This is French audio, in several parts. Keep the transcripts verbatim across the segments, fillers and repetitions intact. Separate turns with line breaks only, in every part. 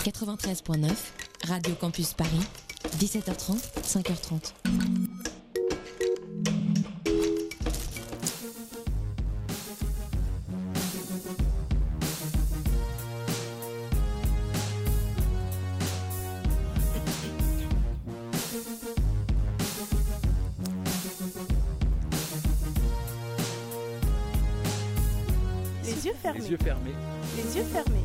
quatre-vingt-treize virgule neuf, Radio Campus Paris, dix-sept heures trente, cinq heures trente.
Les yeux fermés.
Les yeux fermés.
Les yeux fermés.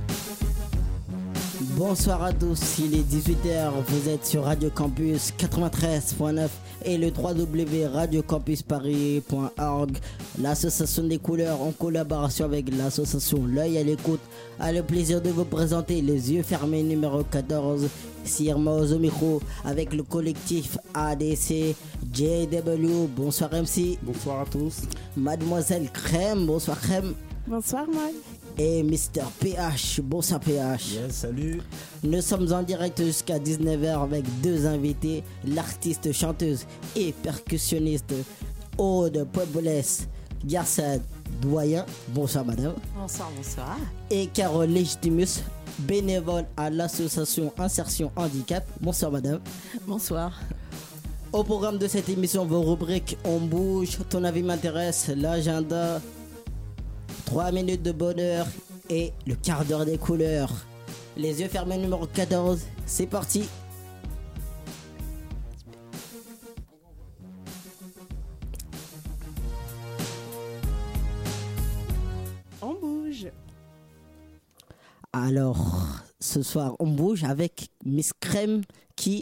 Bonsoir à tous, il est dix-huit heures, vous êtes sur Radio Campus quatre-vingt-treize virgule neuf et le w w w point radio campus paris point org. L'association des couleurs en collaboration avec l'association L'œil à l'écoute a le plaisir de vous présenter Les yeux fermés numéro quatorze. Sirma au micro avec le collectif A D C J W. Bonsoir M C.
Bonsoir à tous.
Mademoiselle Crème, bonsoir Crème.
Bonsoir Mal.
Et Mister P H, bonsoir P H.
Yes, salut.
Nous sommes en direct jusqu'à dix-neuf heures avec deux invités, l'artiste, chanteuse et percussionniste Aude Puebles Garça Doyen, bonsoir madame.
Bonsoir, bonsoir.
Et Carole Legitimus, bénévole à l'association Insertion Handicap, bonsoir madame.
Bonsoir.
Au programme de cette émission, vos rubriques On bouge, Ton avis m'intéresse, l'agenda, trois minutes de bonheur et le quart d'heure des couleurs. Les yeux fermés numéro quatorze, c'est parti.
On bouge.
Alors, ce soir, on bouge avec Miss Crème qui,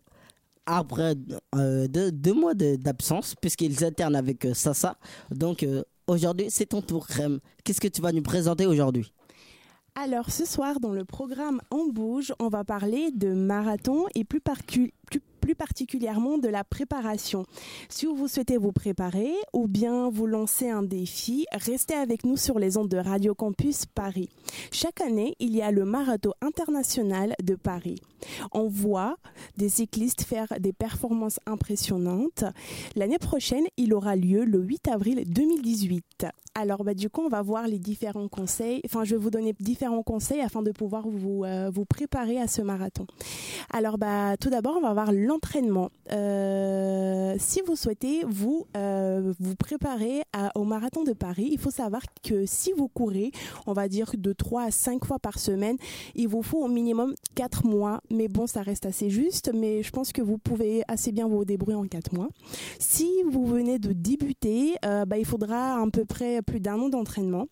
après euh, deux, deux mois de, d'absence, puisqu'ils alternent avec euh, Sassa, donc euh, aujourd'hui, c'est ton tour, Crème. Qu'est-ce que tu vas nous présenter aujourd'hui ?
Alors ce soir, dans le programme On bouge, on va parler de marathon et plus, parcu- plus, plus particulièrement de la préparation. Si vous souhaitez vous préparer ou bien vous lancer un défi, restez avec nous sur les ondes de Radio Campus Paris. Chaque année, il y a le marathon international de Paris. On voit des cyclistes faire des performances impressionnantes. L'année prochaine, il aura lieu le huit avril deux mille dix-huit. Alors, bah, du coup, on va voir les différents conseils. Enfin, je vais vous donner différents conseils afin de pouvoir vous, euh, vous préparer à ce marathon. Alors, bah, tout d'abord, on va voir l'entraînement. Euh, si vous souhaitez vous, euh, vous préparer à, au marathon de Paris, il faut savoir que si vous courez, on va dire de trois à cinq fois par semaine, il vous faut au minimum quatre mois. Mais bon, ça reste assez juste, mais je pense que vous pouvez assez bien vous débrouiller en quatre mois. Si vous venez de débuter, euh, bah, il faudra à peu près plus d'un an d'entraînement.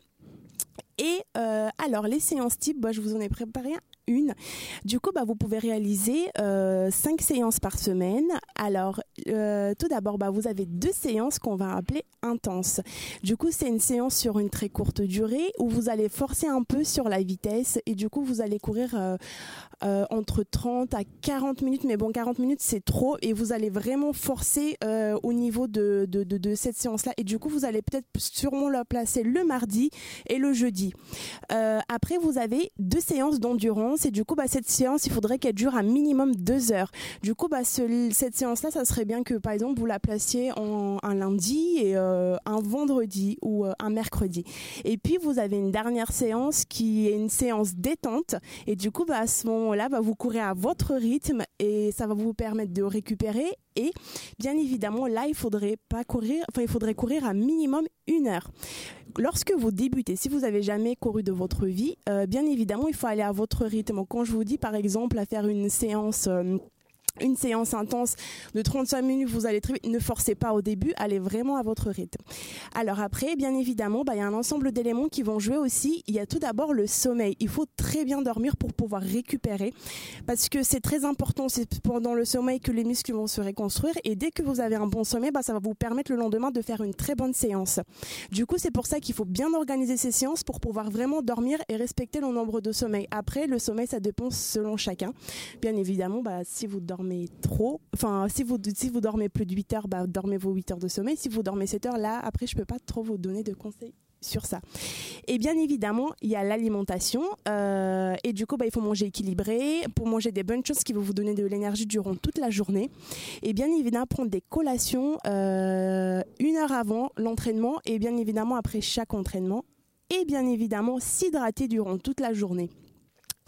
Et euh, alors, les séances type, bah, je vous en ai préparé une. Du coup, bah, vous pouvez réaliser euh, cinq séances par semaine. Alors, euh, tout d'abord, bah, vous avez deux séances qu'on va appeler intenses. Du coup, c'est une séance sur une très courte durée où vous allez forcer un peu sur la vitesse et du coup, vous allez courir euh, euh, entre trente à quarante minutes. Mais bon, quarante minutes, c'est trop et vous allez vraiment forcer euh, au niveau de, de, de, de cette séance-là. Et du coup, vous allez peut-être sûrement la placer le mardi et le jeudi. Euh, après, vous avez deux séances d'endurance. Et du coup, bah, cette séance, il faudrait qu'elle dure un minimum deux heures. Du coup, bah, ce, cette séance-là, ça serait bien que, par exemple, vous la placiez en, un lundi et euh, un vendredi ou euh, un mercredi. Et puis, vous avez une dernière séance qui est une séance détente. Et du coup, bah, à ce moment-là, bah, vous courez à votre rythme et ça va vous permettre de récupérer. Et bien évidemment, là, il faudrait pas courir, enfin, il faudrait courir à minimum une heure. Lorsque vous débutez, si vous avez jamais couru de votre vie, euh, bien évidemment, il faut aller à votre rythme. Quand je vous dis, par exemple, à faire une séance... Euh, une séance intense de trente-cinq minutes, vous allez très vite. Ne forcez pas au début, allez vraiment à votre rythme. Alors après, bien évidemment, bah, il y a un ensemble d'éléments qui vont jouer aussi. Il y a tout d'abord le sommeil. Il faut très bien dormir pour pouvoir récupérer parce que c'est très important. C'est pendant le sommeil que les muscles vont se reconstruire et dès que vous avez un bon sommeil, bah, ça va vous permettre le lendemain de faire une très bonne séance. Du coup, c'est pour ça qu'il faut bien organiser ces séances pour pouvoir vraiment dormir et respecter le nombre de sommeil. Après, le sommeil, ça dépend selon chacun. Bien évidemment, bah, si vous dormez trop, enfin si vous si vous dormez plus de huit heures, bah dormez vos huit heures de sommeil. Si vous dormez sept heures, là après je peux pas trop vous donner de conseils sur ça. Et bien évidemment, il y a l'alimentation euh, et du coup bah, il faut manger équilibré pour manger des bonnes choses qui vont vous donner de l'énergie durant toute la journée. Et bien évidemment prendre des collations euh, une heure avant l'entraînement et bien évidemment après chaque entraînement et bien évidemment s'hydrater durant toute la journée.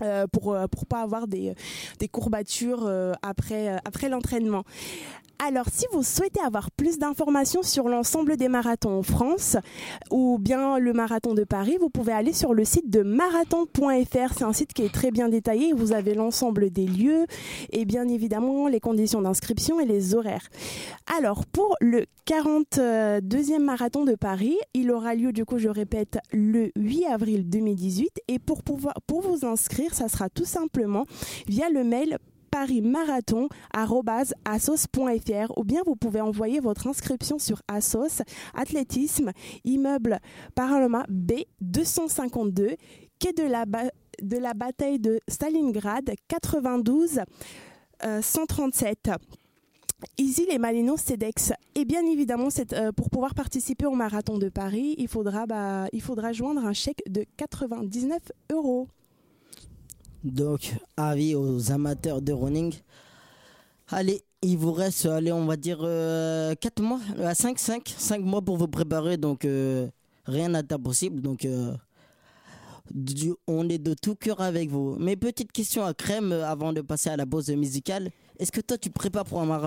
euh, pour pour pas avoir des des courbatures euh, après euh, après l'entraînement. Alors, si vous souhaitez avoir plus d'informations sur l'ensemble des marathons en France ou bien le marathon de Paris, vous pouvez aller sur le site de marathon point f r. C'est un site qui est très bien détaillé. Vous avez l'ensemble des lieux et bien évidemment les conditions d'inscription et les horaires. Alors, pour le quarante-deuxième marathon de Paris, il aura lieu, du coup, je répète, le huit avril deux mille dix-huit. Et pour, pouvoir, pour vous inscrire, ça sera tout simplement via le mail parismarathon arobase assos point f r ou bien vous pouvez envoyer votre inscription sur Assos Athlétisme immeuble Paraloma B deux cent cinquante-deux quai de la, ba- de la bataille de Stalingrad quatre-vingt-douze euh, cent trente-sept. Isil et Malino Cedex. Et bien évidemment, c'est, euh, pour pouvoir participer au marathon de Paris, il faudra, bah, il faudra joindre un chèque de quatre-vingt-dix-neuf euros.
Donc, avis aux amateurs de running. Allez, il vous reste, allez, on va dire euh, quatre mois, à cinq, cinq, cinq mois pour vous préparer. Donc, euh, rien n'est impossible. Donc, euh, du, on est de tout cœur avec vous. Mais petite question à Crème euh, avant de passer à la pause musicale. Est-ce que toi, tu te prépares pour un marathon ?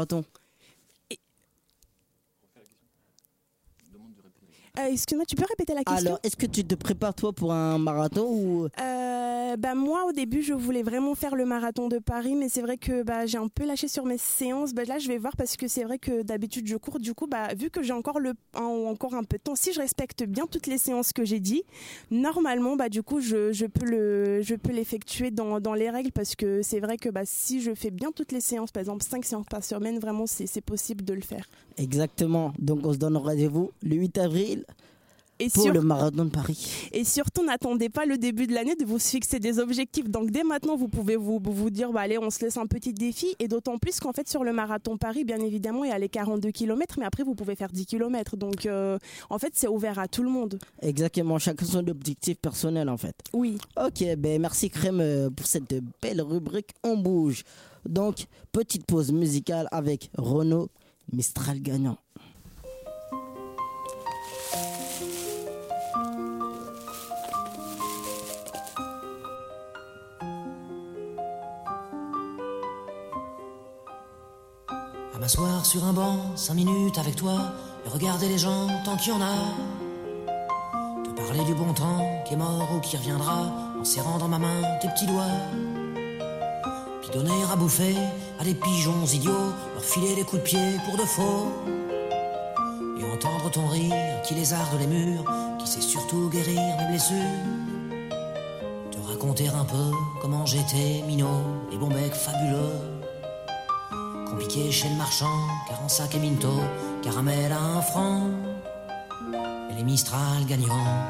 Euh, excuse-moi, tu peux répéter la question ?
Alors, est-ce que tu te prépares toi pour un marathon ou...
euh, bah, Moi, au début, je voulais vraiment faire le marathon de Paris, mais c'est vrai que bah, j'ai un peu lâché sur mes séances. Bah, là, je vais voir parce que c'est vrai que d'habitude, je cours. Du coup, bah, vu que j'ai encore, le, un, encore un peu de temps, si je respecte bien toutes les séances que j'ai dit, normalement, bah, du coup, je, je, peux, le, je peux l'effectuer dans, dans les règles parce que c'est vrai que bah, si je fais bien toutes les séances, par exemple cinq séances par semaine, vraiment, c'est, c'est possible de le faire.
Exactement. Donc, on se donne rendez-vous le huit avril. Et pour sur... le marathon de Paris.
Et surtout, n'attendez pas le début de l'année de vous fixer des objectifs. Donc, dès maintenant, vous pouvez vous, vous dire, bah, allez, on se laisse un petit défi. Et d'autant plus qu'en fait, sur le marathon Paris, bien évidemment, il y a les quarante-deux kilomètres, mais après, vous pouvez faire dix kilomètres. Donc, euh, en fait, c'est ouvert à tout le monde.
Exactement. Chacun son objectif personnel, en fait.
Oui.
Ok, ben merci Crème pour cette belle rubrique On bouge. Donc, petite pause musicale avec Renaud, Mistral gagnant.
À m'asseoir sur un banc, cinq minutes avec toi, et regarder les gens tant qu'il y en a. Te parler du bon temps qui est mort ou qui reviendra, en serrant dans ma main tes petits doigts. Puis donner à bouffer à des pigeons idiots, leur filer des coups de pied pour de faux. Et entendre ton rire qui lézarde les murs, qui sait surtout guérir mes blessures. Te raconter un peu comment j'étais minot, les bons becs fabuleux. Compliqué chez le marchand, car en sac et minto, caramel à un franc, et les Mistral gagnants.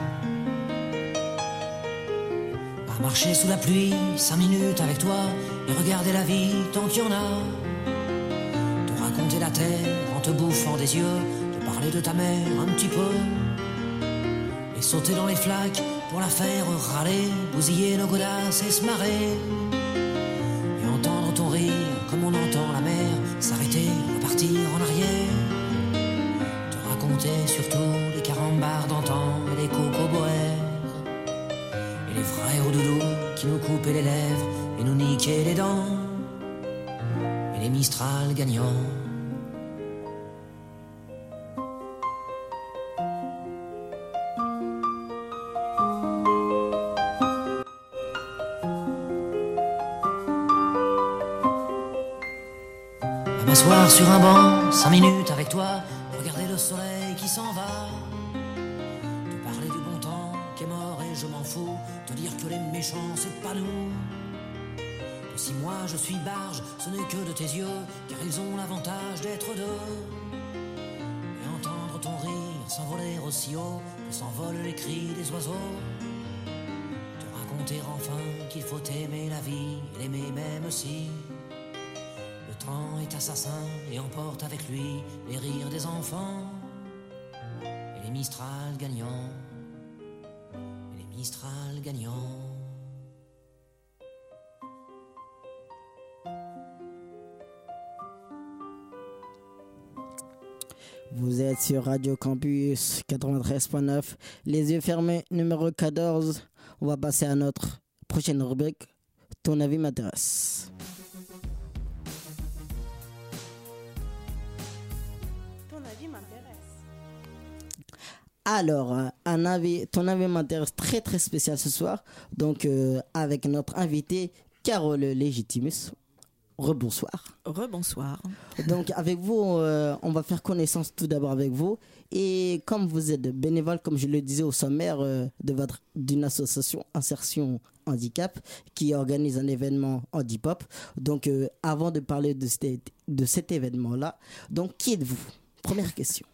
À marcher sous la pluie, cinq minutes avec toi, et regarder la vie tant qu'il y en a. Te raconter la terre en te bouffant des yeux, te parler de ta mère un petit peu, et sauter dans les flaques pour la faire râler, bousiller nos godasses et se marrer. Et entendre ton rire comme on entend la mer s'arrêter, repartir en arrière. Te raconter surtout les carambars d'antan et les cocoboères, et les vrais hauts doudous qui nous coupaient les lèvres et nous niquaient les dents, et les Mistral gagnants. M'asseoir sur un banc, cinq minutes avec toi, regarder le soleil qui s'en va. Te parler du bon temps qui est mort et je m'en fous, te dire que les méchants c'est pas nous. Que si moi je suis barge, ce n'est que de tes yeux, car ils ont l'avantage d'être deux. Et entendre ton rire s'envoler aussi haut que s'envolent les cris des oiseaux. Te raconter enfin qu'il faut aimer la vie et l'aimer même si le temps est assassin et emporte avec lui les rires des enfants, et les Mistral gagnants, et les Mistral gagnants.
Vous êtes sur Radio Campus quatre-vingt-treize point neuf, les yeux fermés, numéro quatorze. On va passer à notre prochaine rubrique, ton avis m'intéresse.
Ton avis m'intéresse.
Alors, un avis, ton avis m'intéresse très très spécial ce soir. Donc, euh, avec notre invité, Carole Légitimus. Rebonsoir.
Rebonsoir.
Donc, avec vous, euh, on va faire connaissance tout d'abord avec vous. Et comme vous êtes bénévole, comme je le disais au sommaire, euh, de votre, d'une association Insertion Handicap qui organise un événement Handipop. Donc, euh, avant de parler de cet, de cet événement-là, donc, qui êtes-vous ? Première question.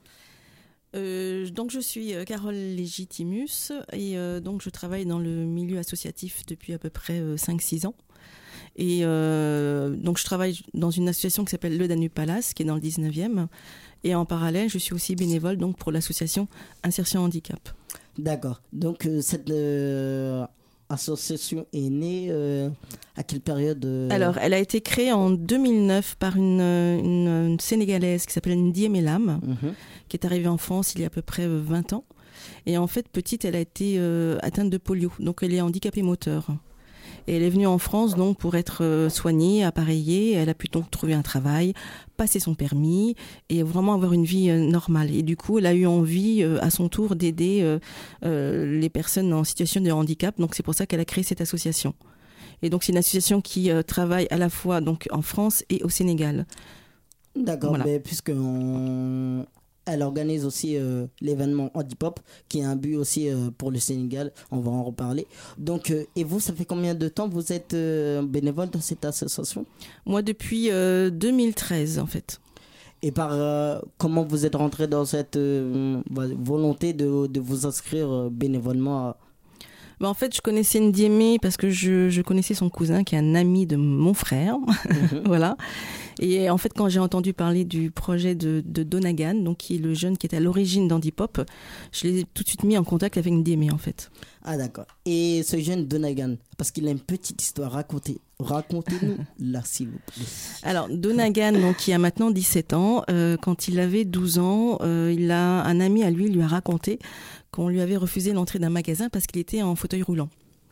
Euh, donc je suis euh, Carole Légitimus et euh, donc je travaille dans le milieu associatif depuis à peu près euh, cinq six ans. Et euh, donc je travaille dans une association qui s'appelle le Danube Palace, qui est dans le dix-neuvième. Et en parallèle, je suis aussi bénévole donc, pour l'association Insertion Handicap.
D'accord. Donc euh, cette euh, association est née euh, à quelle période euh...
Alors, elle a été créée en deux mille neuf par une, une, une Sénégalaise qui s'appelle Ndie Melam, mm-hmm. qui est arrivée en France il y a à peu près vingt ans. Et en fait, petite, elle a été euh, atteinte de polio. Donc, elle est handicapée moteur. Et elle est venue en France donc pour être soignée, appareillée. Elle a pu donc trouver un travail, passer son permis et vraiment avoir une vie normale. Et du coup, elle a eu envie à son tour d'aider euh, euh, les personnes en situation de handicap. Donc c'est pour ça qu'elle a créé cette association. Et donc c'est une association qui euh, travaille à la fois donc en France et au Sénégal.
D'accord,
voilà.
Mais puisque on... elle organise aussi euh, l'événement Handipop, qui a un but aussi euh, pour le Sénégal, on va en reparler. Donc, euh, et vous, ça fait combien de temps vous êtes euh, bénévole dans cette association ?
Moi, depuis euh, deux mille treize, en fait.
Et par euh, comment vous êtes rentré dans cette euh, volonté de, de vous inscrire euh, bénévolement à...
Ben en fait, je connaissais Ndiémé parce que je, je connaissais son cousin qui est un ami de mon frère. Mm-hmm. Voilà. Et en fait, quand j'ai entendu parler du projet de, de Donagan, donc qui est le jeune qui est à l'origine d'Handipop, je l'ai tout de suite mis en contact avec Ndiémé en fait.
Ah d'accord. Et ce jeune Donagan, parce qu'il a une petite histoire, racontez, racontez-nous là s'il vous plaît.
Alors Donagan, donc, qui a maintenant dix-sept ans, euh, quand il avait douze ans, euh, il a un ami à lui lui a raconté qu'on lui avait refusé l'entrée d'un magasin parce qu'il était en fauteuil roulant.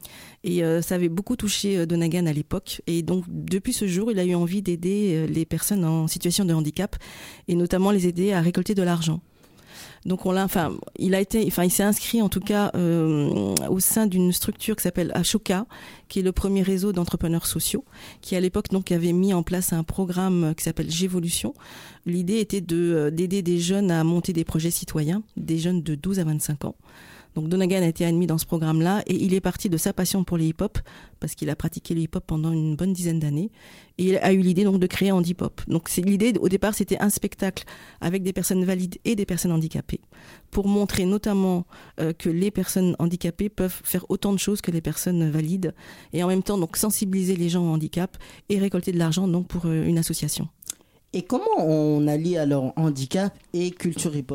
Et euh, ça avait beaucoup touché euh, Donagan à l'époque. Et donc, depuis ce jour, il a eu envie d'aider euh, les personnes en situation de handicap et notamment les aider à récolter de l'argent. Donc, on l'a, enfin, il a été, enfin, il s'est inscrit en tout cas euh, au sein d'une structure qui s'appelle Ashoka, qui est le premier réseau d'entrepreneurs sociaux, qui à l'époque donc avait mis en place un programme qui s'appelle Gévolution. L'idée était de d'aider des jeunes à monter des projets citoyens, des jeunes de douze à vingt-cinq ans. Donc Donagan a été admis dans ce programme-là et il est parti de sa passion pour le hip-hop parce qu'il a pratiqué le hip-hop pendant une bonne dizaine d'années et il a eu l'idée donc de créer Handipop. Donc c'est l'idée au départ c'était un spectacle avec des personnes valides et des personnes handicapées pour montrer notamment euh, que les personnes handicapées peuvent faire autant de choses que les personnes valides et en même temps donc sensibiliser les gens au handicap et récolter de l'argent donc pour euh, une association.
Et comment on allie alors handicap et culture hip-hop ?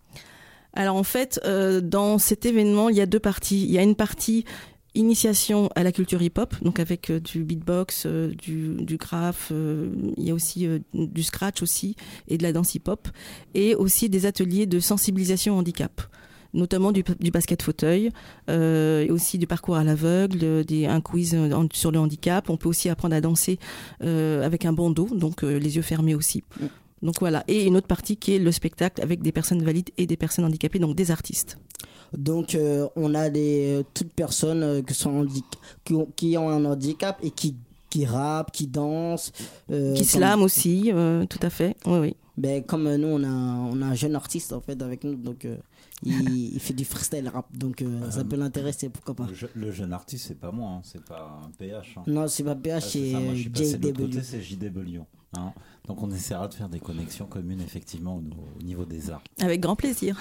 Alors en fait, euh, dans cet événement, il y a deux parties. Il y a une partie initiation à la culture hip-hop, donc avec euh, du beatbox, euh, du, du graphe, euh, il y a aussi euh, du scratch aussi, et de la danse hip-hop, et aussi des ateliers de sensibilisation au handicap, notamment du, du basket fauteuil, euh, et aussi du parcours à l'aveugle, des, un quiz en, sur le handicap. On peut aussi apprendre à danser euh, avec un bandeau, donc euh, les yeux fermés aussi. Donc voilà, et une autre partie qui est le spectacle avec des personnes valides et des personnes handicapées, donc des artistes.
Donc euh, on a des, toutes personnes euh, qui, sont handi- qui, ont, qui ont un handicap et qui, qui rappent, qui dansent.
Euh, qui slament comme... aussi, euh, tout à fait, oui, oui.
Ben, comme nous, on a, on a un jeune artiste en fait avec nous, donc euh, il, il fait du freestyle rap, donc euh, euh, ça peut l'intéresser, pourquoi pas.
Le, je, le jeune artiste, c'est pas moi, hein, c'est pas un P H. Hein.
Non, c'est pas P H, ah, c'est, c'est J W.
C'est J W. Hein. Donc on essaiera de faire des connexions communes effectivement au, au niveau des arts.
Avec grand plaisir.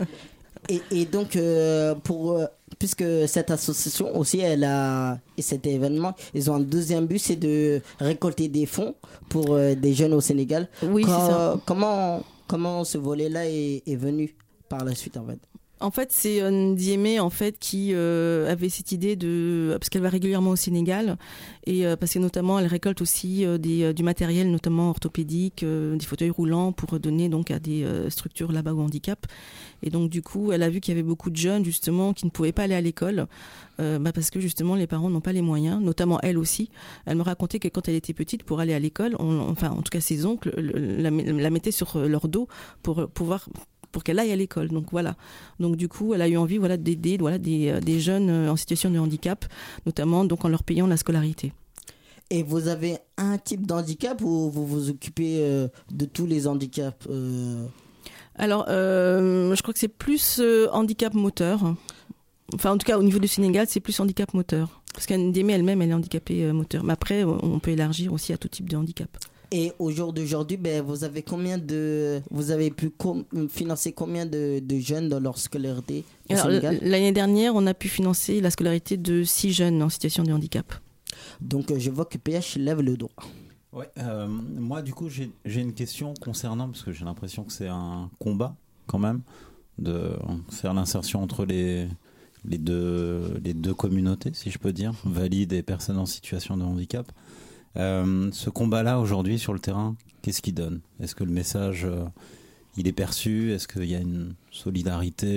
et, et donc euh, pour euh, puisque cette association aussi elle a et cet événement, ils ont un deuxième but, c'est de récolter des fonds pour euh, des jeunes au Sénégal.
Oui,
Quand,
c'est ça.
Comment comment ce volet-là est, est venu par la suite en fait?
En fait, c'est Ndiémé en fait qui euh, avait cette idée de parce qu'elle va régulièrement au Sénégal et euh, parce que notamment elle récolte aussi euh, des, euh, du matériel notamment orthopédique, euh, des fauteuils roulants pour donner donc à des euh, structures là-bas au handicap. Et donc du coup, elle a vu qu'il y avait beaucoup de jeunes justement qui ne pouvaient pas aller à l'école euh, bah, parce que justement les parents n'ont pas les moyens, notamment elle aussi. Elle me racontait que quand elle était petite, pour aller à l'école, on, enfin en tout cas ses oncles la, la mettaient sur leur dos pour pouvoir pour qu'elle aille à l'école. Donc voilà. Donc du coup, elle a eu envie voilà d'aider voilà des, des jeunes en situation de handicap, notamment donc en leur payant la scolarité.
Et vous avez un type d'handicap ou vous vous occupez euh, de tous les handicaps euh...
Alors, euh, je crois que c'est plus euh, handicap moteur. Enfin, en tout cas, au niveau du Sénégal, c'est plus handicap moteur. Parce qu'Ndémé elle-même, elle est handicapée euh, moteur. Mais après, on peut élargir aussi à tout type de handicap.
Et au jour d'aujourd'hui, ben, vous avez combien de, vous avez pu com- financer combien de, de jeunes dans leur scolarité au
Alors,
Sénégal ?
L'année dernière, on a pu financer la scolarité de six jeunes en situation de handicap.
Donc, je vois que P H lève le doigt.
Ouais, euh, moi, du coup, j'ai, j'ai une question concernant, parce que j'ai l'impression que c'est un combat, quand même, de faire l'insertion entre les, les, deux, les deux communautés, si je peux dire, valides et personnes en situation de handicap. Euh, ce combat-là aujourd'hui sur le terrain, qu'est-ce qu'il donne ? Est-ce que le message euh, il est perçu ? Est-ce qu'il y a une solidarité ?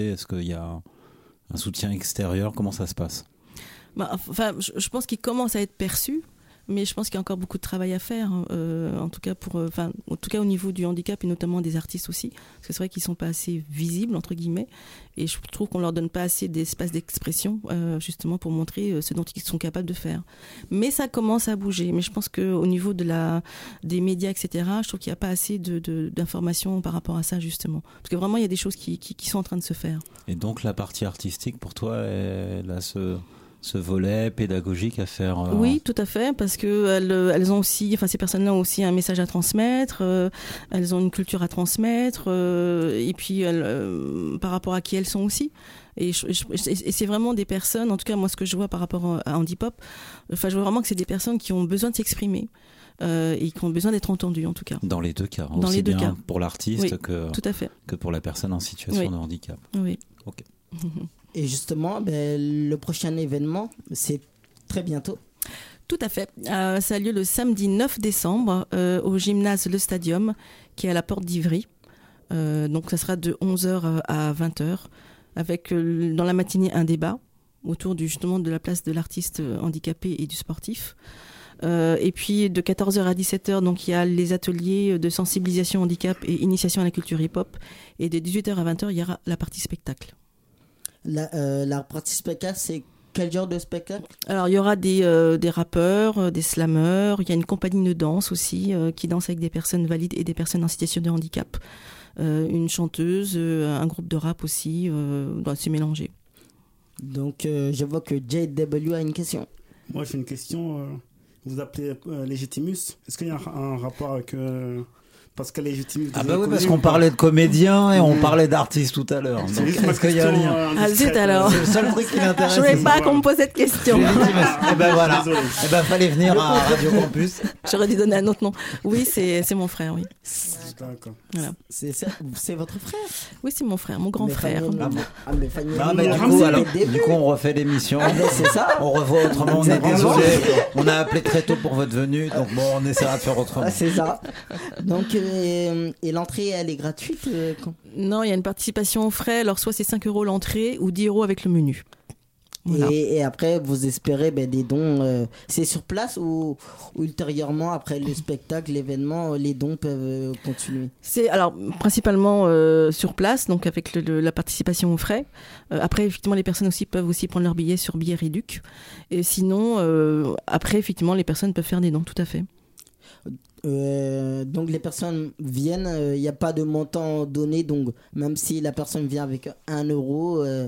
Est-ce qu'il y a un soutien extérieur ? Comment ça se passe ?
Bah, enfin, je, je pense qu'il commence à être perçu, mais je pense qu'il y a encore beaucoup de travail à faire, euh, en tout cas pour, euh, enfin, en tout cas au niveau du handicap et notamment des artistes aussi, parce que c'est vrai qu'ils sont pas assez visibles entre guillemets, et je trouve qu'on leur donne pas assez d'espace d'expression, euh, justement pour montrer ce dont ils sont capables de faire. Mais ça commence à bouger. Mais je pense que au niveau de la, des médias, et cetera, je trouve qu'il n'y a pas assez de, de, d'informations par rapport à ça justement, parce que vraiment il y a des choses qui, qui, qui sont en train de se faire.
Et donc la partie artistique pour toi, elle a ce ce volet pédagogique à faire euh...
Oui, tout à fait, parce que elles, elles ont aussi, enfin ces personnes-là ont aussi un message à transmettre, euh, elles ont une culture à transmettre, euh, et puis elles, euh, par rapport à qui elles sont aussi. Et, je, je, et c'est vraiment des personnes, en tout cas moi ce que je vois par rapport à Handipop, enfin je vois vraiment que c'est des personnes qui ont besoin de s'exprimer. Euh, et qui ont besoin d'être entendues en tout cas.
Dans les deux cas,
Dans
aussi
les deux
bien
cas.
pour l'artiste
oui,
que,
tout à fait.
que pour la personne en situation
oui.
de handicap.
Oui.
Ok.
Et justement, ben, le prochain événement, c'est très bientôt.
Tout à fait. Euh, ça a lieu le samedi neuf décembre euh, au gymnase Le Stadium, qui est à la porte d'Ivry. Euh, donc ça sera de onze heures à vingt heures, avec euh, dans la matinée un débat autour du, justement de la place de l'artiste handicapé et du sportif. Euh, et puis de quatorze heures à dix-sept heures, donc il y a les ateliers de sensibilisation au handicap et initiation à la culture hip-hop. Et de dix-huit heures à vingt heures, il y aura la partie spectacle.
La, euh, la partie spectacle, c'est quel genre de spectacle ?
Alors il y aura des, euh, des rappeurs, euh, des slammeurs, il y a une compagnie de danse aussi euh, qui danse avec des personnes valides et des personnes en situation de handicap. Euh, une chanteuse, euh, un groupe de rap aussi, euh, doit se mélanger.
Donc euh, je vois que J W a une question.
Moi j'ai une question, euh, vous appelez euh, Légitimus, est-ce qu'il y a un, un rapport avec... Euh... Pascal Légitimus.
Ah bah oui, parce qu'on parlait de comédiens et on parlait d'artistes tout à l'heure. Donc, est-ce qu'il y a un lien
euh,
Ah zut alors.
C'est le seul truc qui m'intéresse.
Je ne voulais pas qu'on me pose cette question.
Et ben voilà. Et ben fallait venir à Radio Campus.
J'aurais dû donner un autre nom. Oui, c'est, c'est mon frère, oui.
D'accord.
Voilà.
C'est, c'est, c'est votre frère ?
Oui, c'est mon frère, mon grand
Mais
frère.
Fanny,
Ah bon.
ah, mais Fanny,
Non, mais du
Ramsey,
coup, alors,
début.
du coup, on refait l'émission.
Ah, ben, c'est ça.
On revoit autrement. On est
Exactement.
désolé. On a appelé très tôt pour votre venue. Donc bon, on essaiera de faire autrement.
Ah, c'est ça. Donc, euh, et l'entrée, elle est gratuite euh, quand
Non, il y a une participation aux frais. Alors, soit c'est cinq euros l'entrée ou dix euros avec le menu. Voilà.
et, et après, vous espérez ben, des dons. Euh, c'est sur place ou, ou ultérieurement, après le spectacle, l'événement, les dons peuvent euh, continuer ?
C'est alors principalement euh, sur place, donc avec le, le, la participation aux frais. Euh, après, effectivement, les personnes aussi peuvent aussi prendre leur billet sur billet réduc. Et sinon, euh, après, effectivement, les personnes peuvent faire des dons, tout à fait.
Euh, donc les personnes viennent, il euh, n'y a pas de montant donné, donc même si la personne vient avec un euro, euh,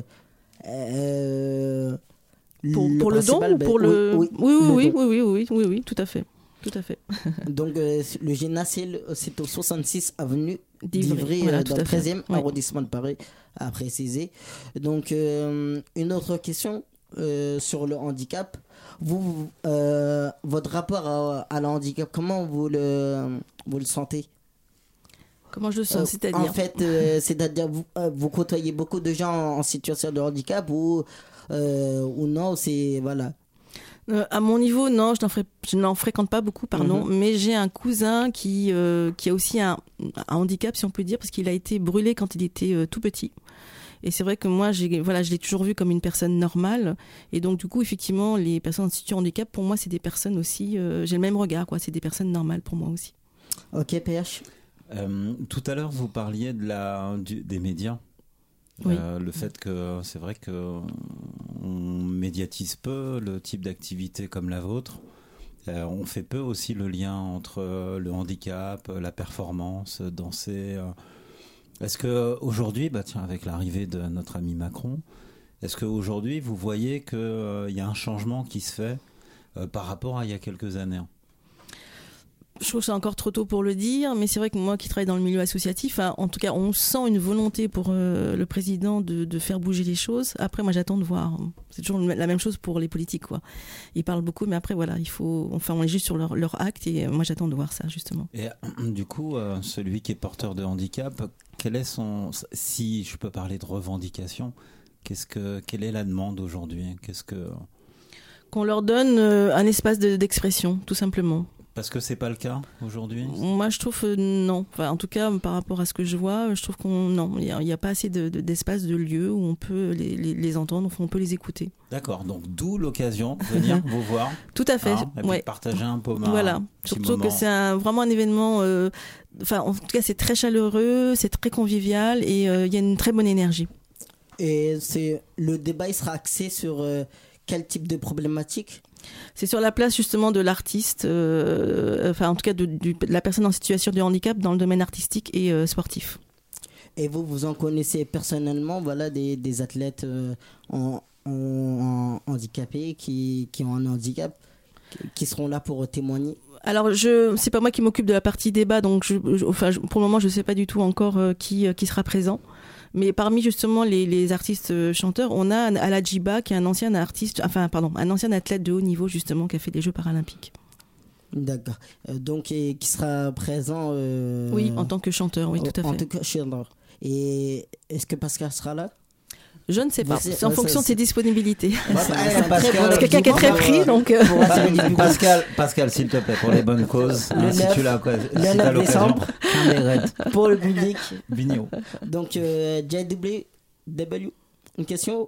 euh,
pour, pour le don ou pour
ben,
le...
Oui,
oui, oui,
le
oui,
don.
oui, oui, oui, oui, oui, tout à fait. Tout à fait.
Donc euh, le gymnase, c'est, le, c'est au soixante-six avenue
D'Ivry,
d'Ivry,
voilà,
euh,
tout
dans le
à fait.
treizième
Oui.
arrondissement de Paris, à préciser. Donc euh, une autre question euh, sur le handicap. Vous, euh, votre rapport à, à le handicap, comment vous le, vous le sentez ?
Comment je le sens,
Euh,
c'est-à-dire
En fait, euh, c'est-à-dire vous, euh, vous côtoyez beaucoup de gens en situation de handicap ou, euh, ou non, c'est voilà.
Euh, à mon niveau, non, je n'en, ferai- je n'en fréquente pas beaucoup, pardon,
Mhm.
mais j'ai un cousin qui, euh, qui a aussi un, un handicap, si on peut dire, parce qu'il a été brûlé quand il était euh, tout petit. Et c'est vrai que moi, j'ai, voilà, je l'ai toujours vu comme une personne normale. Et donc, du coup, effectivement, les personnes en situation de handicap, pour moi, c'est des personnes aussi, euh, j'ai le même regard, quoi. C'est des personnes normales pour moi aussi.
Ok, P H.
Euh, tout à l'heure, vous parliez de la, du- des médias.
Oui.
Euh, le fait que c'est vrai que on médiatise peu le type d'activité comme la vôtre. Euh, on fait peu aussi le lien entre euh, le handicap, la performance, danser. euh. Est-ce que aujourd'hui, bah tiens, avec l'arrivée de notre ami Macron, est-ce que aujourd'hui vous voyez qu'il euh, y a un changement qui se fait euh, par rapport à il y a quelques années?
Je trouve que c'est encore trop tôt pour le dire, mais c'est vrai que moi qui travaille dans le milieu associatif, hein, en tout cas, on sent une volonté pour euh, le président de, de faire bouger les choses. Après, moi, j'attends de voir. C'est toujours la même chose pour les politiques, quoi. Ils parlent beaucoup, mais après, voilà, il faut. Enfin, on est juste sur leur, leur acte, et moi, j'attends de voir ça, justement.
Et du coup, euh, celui qui est porteur de handicap, quel est son, si je peux parler de revendication, qu'est-ce que, quelle est la demande aujourd'hui? Qu'est-ce que,
Qu'on leur donne euh, un espace de- d'expression, tout simplement.
parce que c'est pas le cas aujourd'hui.
Moi, je trouve euh, non. Enfin, en tout cas, par rapport à ce que je vois, je trouve qu'on non, il n'y a, il y a pas assez de, de- d'espace, de lieux où on peut les, les, les entendre, où on peut les écouter.
D'accord, donc d'où l'occasion de venir vous voir.
Tout à fait.
hein, et puis
Ouais.
de partager un peu ma-
Voilà,
un petit
surtout
moment.
que c'est un, vraiment un événement, euh, enfin en tout cas c'est très chaleureux, c'est très convivial et euh, il y a une très bonne énergie.
Et c'est le débat, il sera axé sur euh, quel type de problématique?
C'est sur la place justement de l'artiste, euh, enfin en tout cas de, du- de la personne en situation de handicap dans le domaine artistique et euh, sportif.
Et vous, vous en connaissez personnellement, voilà, des, des athlètes euh, en, en- en handicapés qui, qui ont un handicap, qui- qui seront là pour témoigner?
Alors, je, c'est pas moi qui m'occupe de la partie débat, donc je, je- enfin, je- pour le moment, je sais pas du tout encore euh, qui, euh, qui sera présent. Mais parmi justement les, les artistes euh, chanteurs, on a Aladjiba, qui est un ancien artiste, enfin, pardon, un ancien athlète de haut niveau justement, qui a fait des Jeux paralympiques.
D'accord. Euh, donc, et qui sera présent euh,
Oui, en tant que chanteur, oui, tout à
En
fait.
tout cas, chanteur. Et est-ce que Pascal sera là?
Je ne sais pas,
Vous savez-
c'est en
ouais,
fonction
ça,
de ses
c'est-
disponibilités.
Ouais,
c'est-
bah,
c'est
un très
Pascal.
bon
C'est quelqu'un qui est très
argument,
pris, donc... euh,
pour attirer du
Pascal, Pascal, s'il te plaît, pour les bonnes causes,
Le
hein, si
neuf-
tu l'as, quoi,
le
si t'as
neuf
l'occasion,
décembre.
un des raids.
pour le public.
Vigneault.
Donc, euh, J W, W, une question?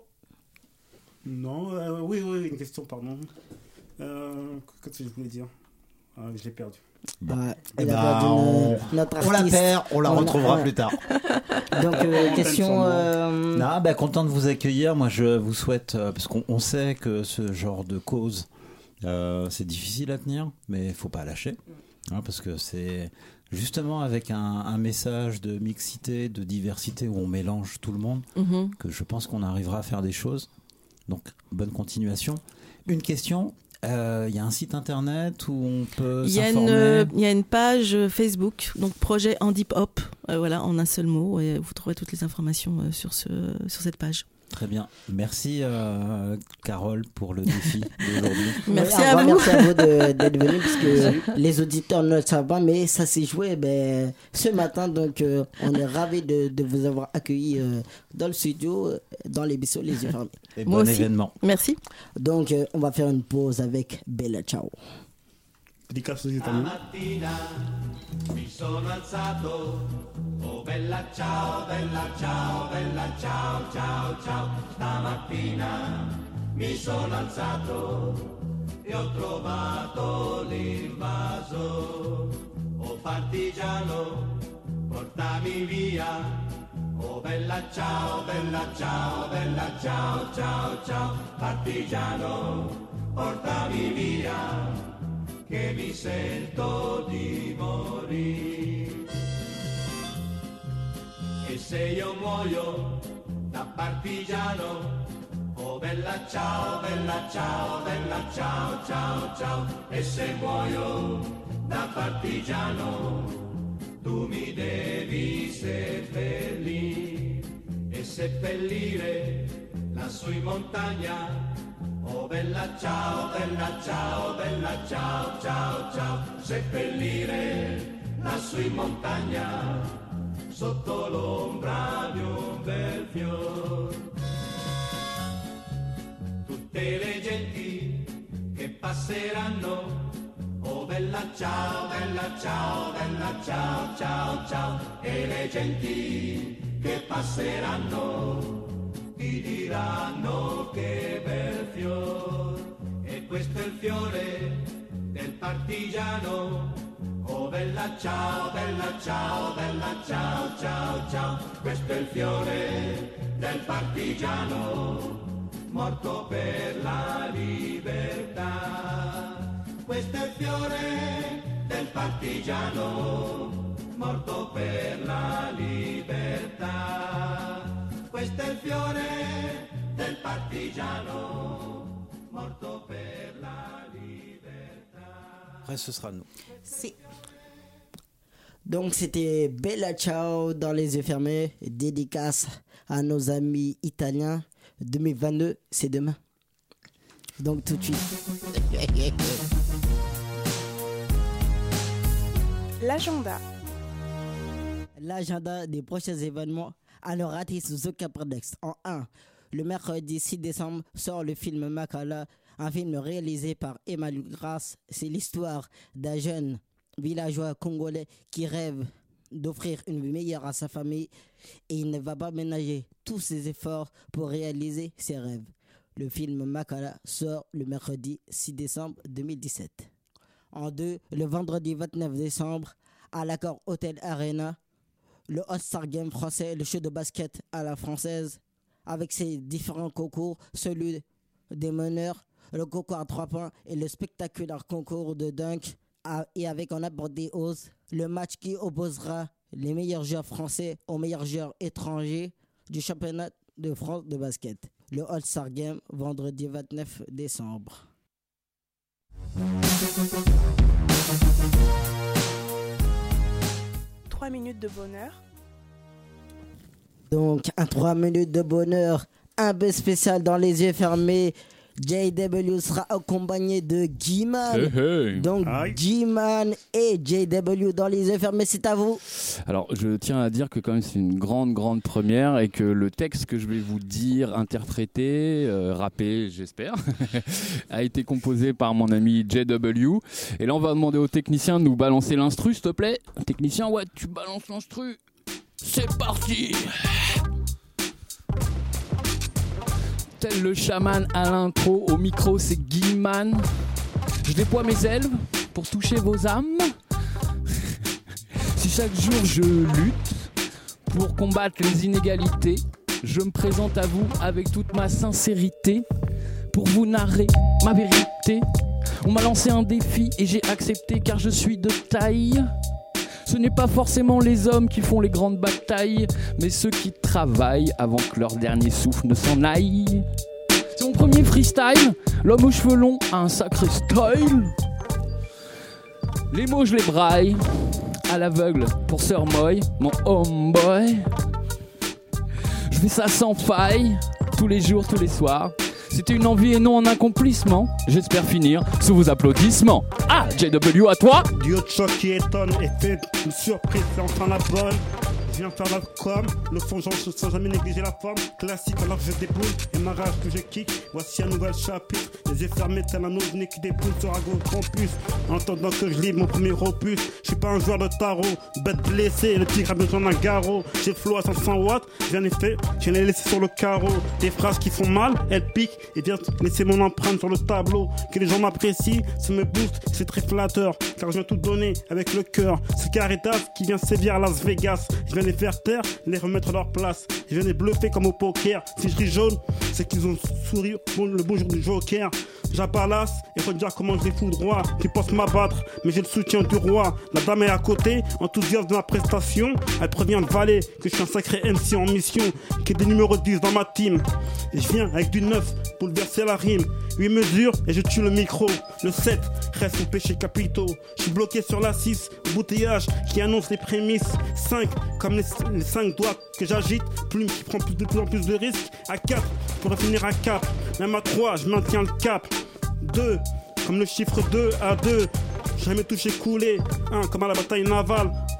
Non, euh, oui, oui, une question, pardon. Euh, Qu'est-ce que je voulais dire? Ah, je l'ai perdu.
Bah,
Eh
elle a
ben,
perdu
on,
une- notre
on la
artiste.
perd, on la
On la-
retrouvera
on-
plus tard.
Donc, euh,
On
question.
t'aime
euh,
Non, bah, content de vous accueillir. Moi, je vous souhaite, euh, parce qu'on on sait que ce genre de cause, euh, c'est difficile à tenir, mais il faut pas lâcher, hein, parce que c'est justement avec un, un message de mixité, de diversité où on mélange tout le monde,
mhm.
que je pense qu'on arrivera à faire des choses. Donc, bonne continuation. Une question. Il euh, y a un site internet où on peut
Il y, a
s'informer.
une, il y a une page Facebook, donc projet Handip Hop, euh, voilà, en un seul mot, et vous trouverez toutes les informations euh, sur, ce, sur cette page.
Très bien. Merci euh, Carole pour le défi d'aujourd'hui.
Merci
ouais,
à
un grand
vous.
Merci à vous de- d'être venu, parce que les auditeurs ne le savent pas, mais ça s'est joué ben, ce matin. Donc, euh, on est ravis de, de vous avoir accueillis euh, dans le studio, euh, dans les bisous, les yeux fermés.
Et
Moi
bon
aussi.
événement.
Merci.
Donc, euh, on va faire une pause avec Bella Ciao.
Dédicace aux Italiens.
Mattina mi sono alzato, oh bella ciao, bella ciao, bella ciao, ciao, ciao. Stamattina mi sono alzato e ho trovato l'invaso. Oh partigiano, portami via. Oh bella ciao, bella ciao, bella ciao, ciao, ciao. Partigiano, portami via, che mi sento di morire. E se io muoio da partigiano, oh bella ciao, bella ciao, bella ciao, ciao, ciao. E se muoio da partigiano, tu mi devi seppellire e seppellire lassù in montagna. Oh bella ciao, bella ciao, bella ciao, ciao, ciao. Seppellire lassù in montagna sotto l'ombra di un bel fior. Tutte le genti che passeranno, oh bella ciao, bella ciao, bella ciao, ciao, ciao. E le genti che passeranno ti diranno che bel fior. E questo è il fiore del partigiano, oh bella ciao, bella ciao, bella ciao, ciao, ciao. Questo è il fiore del partigiano, morto per la libertà. Questo è il fiore del partigiano, morto per la libertà. Questo è il fiore del partigiano, morto per la libertà.
Après, ce sera nous.
Si. Donc c'était Bella Ciao dans les yeux fermés, dédicace à nos amis italiens. deux mille vingt-deux, c'est demain. Donc tout de suite.
L'agenda.
L'agenda des prochains événements à ne rater sous aucun prétexte. En un, le mercredi six décembre sort le film Makala, un film réalisé par Emmanuel Grasse. C'est l'histoire d'un jeune villageois congolais qui rêve d'offrir une vie meilleure à sa famille et il ne va pas ménager tous ses efforts pour réaliser ses rêves. Le film Makala sort le mercredi six décembre deux mille dix-sept. En deux, le vendredi vingt-neuf décembre, à l'Accor Hotel Arena, le All-Star Game français, le show de basket à la française, avec ses différents concours, celui des meneurs, le concours à trois points et le spectaculaire concours de dunk, et avec en apothéose le match qui opposera les meilleurs joueurs français aux meilleurs joueurs étrangers du championnat de France de basket. Le All-Star Game, vendredi vingt-neuf décembre.
Trois minutes de bonheur.
Donc, un trois minutes de bonheur un peu spécial dans les yeux fermés. J W sera accompagné de G-Man.
Hey, hey.
Donc G-Man et J W dans les yeux fermés, c'est à vous.
Alors je tiens à dire que quand même c'est une grande grande première et que le texte que je vais vous dire, interpréter, euh, rapper j'espère, a été composé par mon ami J W. Et là on va demander au technicien de nous balancer l'instru s'il te plaît. Technicien, ouais, tu balances l'instru. C'est parti. Tel le chaman à l'intro, au micro c'est Guilman. Je déploie mes ailes pour toucher vos âmes. Si chaque jour je lutte pour combattre les inégalités, je me présente à vous avec toute ma sincérité pour vous narrer ma vérité. On m'a lancé un défi et j'ai accepté car je suis de taille. Ce n'est pas forcément les hommes qui font les grandes batailles, mais ceux qui travaillent avant que leur dernier souffle ne s'en aille. C'est mon premier freestyle, l'homme aux cheveux longs a un sacré style. Les mots je les braille, à l'aveugle pour Sir Moy, mon homeboy. Je fais ça sans faille, tous les jours, tous les soirs. C'était une envie et non un accomplissement. J'espère finir sous vos applaudissements. Ah, J W, à toi.
Duo de choc qui étonne et fait une surprise, c'est enfin la bonne. Je viens faire la com, le fond j'en sans jamais négliger la forme. Classique alors que je déboule et ma rage que je kick. Voici un nouvel chapitre, les yeux fermés tel un ovni qui déboule sur un gros campus. En attendant que je livre mon premier opus, je suis pas un joueur de tarot, bête blessée, le tigre a besoin d'un garrot. J'ai le flow à cinq cents watts, bien effet, je l'ai laissé sur le carreau. Des phrases qui font mal, elles piquent et viennent laisser mon empreinte sur le tableau. Que les gens m'apprécient, ça me booste, c'est très flatteur, car je viens tout donner avec le cœur. C'est Caritas qui vient sévir à Las Vegas, je viens les faire taire, les remettre à leur place. Je viens les bluffer comme au poker. Si je ris jaune, c'est qu'ils ont souri le beau jour du joker. J'appalace et regarde comment je les foudroie. Qui pensent m'abattre, mais j'ai le soutien du roi. La dame est à côté, enthousiaste de ma prestation. Elle prévient le valet que je suis un sacré M C en mission, qui est des numéros dix dans ma team. Et je viens avec du neuf pour le verser la rime. huit mesures et je tue le micro. Le sept reste mon péché capitaux. Je suis bloqué sur la six, bouteillage qui annonce les prémices. cinq comme les, les cinq doigts que j'agite. Plume qui prend plus de plus en plus de risques. À quatre pour finir à cap. Même à trois je maintiens le cap. deux comme le chiffre deux à deux. Jamais touché coulé. un comme à la bataille navale.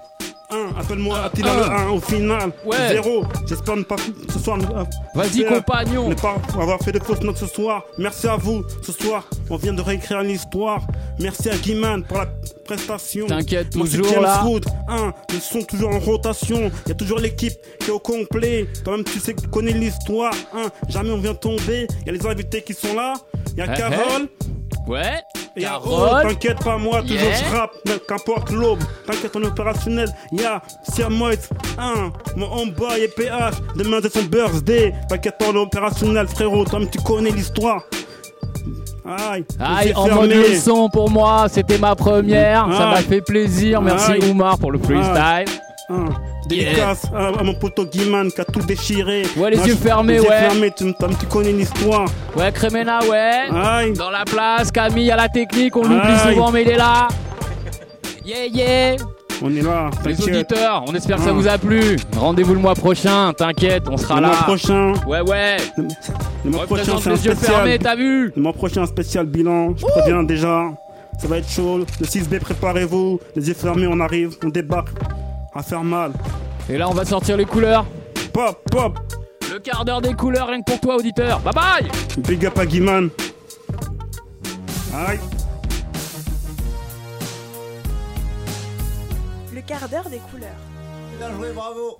un, appelle-moi Attila le un au final.
Ouais.
zéro, j'espère ne pas ce soir. Euh,
Vas-y, compagnon.
Ne pas avoir fait de fausses notes ce soir. Merci à vous. Ce soir, on vient de réécrire l'histoire. Merci à Guiman pour la prestation.
T'inquiète,
Moi, c'est
toujours
James
là.
Wood. un, ils sont toujours en rotation. Il y a toujours l'équipe qui est au complet. Toi-même, tu sais que tu connais l'histoire. un, jamais on vient tomber. Il y a les invités qui sont là. Il y a
Eh,
Carole.
Ouais.
Et y'a
Carole.
oh, t'inquiète pas moi, toujours
Yeah.
je rappe, mais qu'importe l'aube, t'inquiète on est opérationnel, y'a Sir Moïse, un, mon homeboy et P H, demain c'est son birthday, t'inquiète on est opérationnel frérot, toi tu connais l'histoire. Aïe,
Aïe,
les yeux
en mode
fermés.
leçon pour moi, c'était ma première, ça
Aïe.
m'a fait plaisir, merci
Aïe.
Oumar pour le freestyle.
Un, dédicace à, à mon poteau Guiman qui a tout déchiré.
Ouais, les
Moi,
yeux
je-
fermés,
les yeux
ouais.
fermés, tu, toi, tu connais l'histoire.
Ouais, Crémena, ouais.
Aïe.
Dans la place, Camille à la technique, on l'oublie
Aïe.
souvent, mais il est là. Yeah, yeah.
On est là,
Les
t'inquiète.
auditeurs, on espère que ça
Ah.
vous a plu. Rendez-vous le mois prochain, t'inquiète, on sera
Le
là.
mois prochain,
Ouais, ouais.
le mois prochain
Représente
c'est un
les yeux
spécial.
fermés, t'as vu?
Le mois prochain, un spécial bilan. Je préviens déjà. Ça va être chaud. Le six B, préparez-vous. Les yeux fermés, on arrive. On débarque. À faire mal.
Et là, on va sortir les couleurs.
Pop, pop.
Le quart d'heure des couleurs, rien que pour toi, auditeur. Bye bye.
Big up à Guiman. Aïe.
Le quart d'heure des couleurs.
Bien joué, bravo.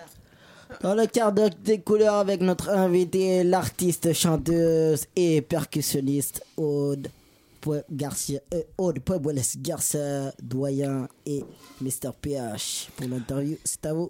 Dans le quart d'heure des couleurs avec notre invité, l'artiste, chanteuse et percussionniste Aude Pue- Garcia, euh, Aude Puebles Garcia, doyen et mister P H. Pour l'interview, c'est à vous.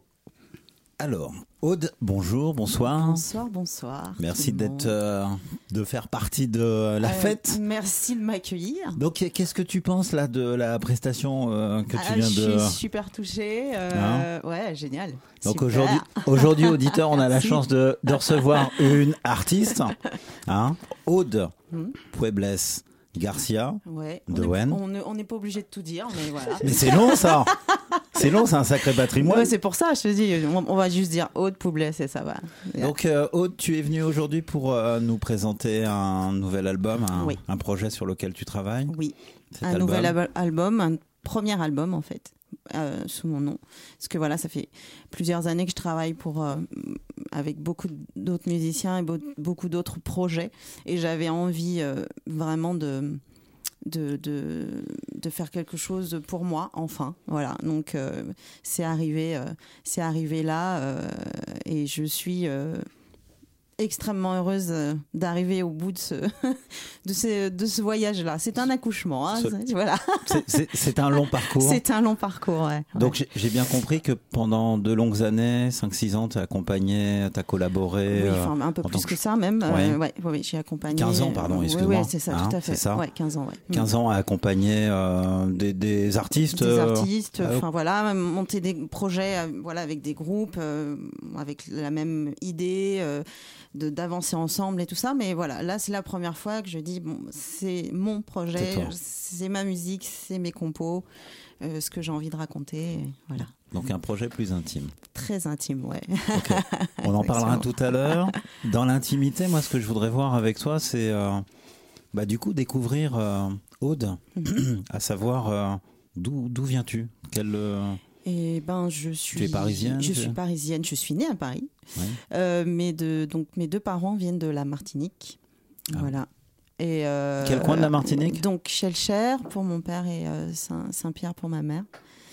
Alors, Aude, bonjour, bonsoir.
Bonsoir, bonsoir.
Merci
tout le
d'être,
monde.
euh, de faire partie de la
Euh,
fête.
Merci de m'accueillir.
Donc, qu'est-ce que tu penses là de la prestation euh, que tu
Ah,
viens
je
de...
suis super touchée. euh, ouais, génial.
Donc
Super.
aujourd'hui, aujourd'hui, auditeur, on a la
Merci.
chance de, de recevoir une artiste, hein, Aude
Hmm.
Puebles Garcia.
Ouais.
de
on
Wen.
est- On ne- on n'est pas obligé de tout dire, mais voilà.
Mais c'est long ça. C'est long, c'est un sacré patrimoine.
Ouais, c'est pour ça, je te dis, on, on va juste dire Aude Poublès et ça va.
Donc euh, Aude, tu es venue aujourd'hui pour euh, nous présenter un nouvel album, un,
Oui.
un projet sur lequel tu travailles.
Oui.
Cet
un
album.
nouvel al- album, un premier album en fait, euh, sous mon nom. Parce que voilà, ça fait plusieurs années que je travaille pour, euh, avec beaucoup d'autres musiciens et beau- beaucoup d'autres projets. Et j'avais envie euh, vraiment de, de, de, de faire quelque chose pour moi, enfin. Voilà, donc euh, c'est arrivé, euh, c'est arrivé là euh, et je suis... euh, extrêmement heureuse euh, d'arriver au bout de ce, de ce, de ce voyage-là. C'est un accouchement, hein,
Ce-
c'est- voilà.
C'est- C'est c'est un long parcours.
C'est un long parcours, ouais.
Donc
ouais.
j'ai- j'ai bien compris que pendant de longues années, cinq six ans, tu as accompagné, tu as collaboré.
Oui,
euh,
enfin, un peu
en
plus
tant
que ça même.
Ouais.
Euh, ouais, ouais, ouais, j'ai accompagné.
quinze ans, pardon,
euh,
excuse-moi.
Ouais, ouais, c'est ça,
Hein,
tout à fait.
c'est ça
Ouais, quinze ans, ouais.
quinze ans à accompagner euh, des, des artistes.
Des
euh,
artistes,
euh,
enfin voilà, monter des projets, euh, voilà, avec des groupes, euh, avec la même idée. Euh, de d'avancer ensemble et tout ça, mais voilà, là c'est la première fois que je dis bon, c'est mon
C'est
projet,
toi.
c'est ma musique, c'est mes compos, euh, ce que j'ai envie de raconter, et voilà,
Donc un projet plus intime.
très intime, ouais.
Ok. On en parlera
Exactement.
tout à l'heure. Dans l'intimité, moi, ce que je voudrais voir avec toi, c'est euh, bah, du coup découvrir euh, Aude,
Mhm.
à savoir euh, d'où d'où viens-tu. Quel euh,
Et ben je suis.
es parisienne,
Je
tu
suis
es
parisienne. Je suis née à Paris.
ouais.
Euh, mais de donc mes deux parents viennent de la Martinique.
Ah.
Voilà. Et euh,
Quel coin de la Martinique?
Donc Chelcher pour mon père et euh, Saint- Saint-Pierre pour ma mère.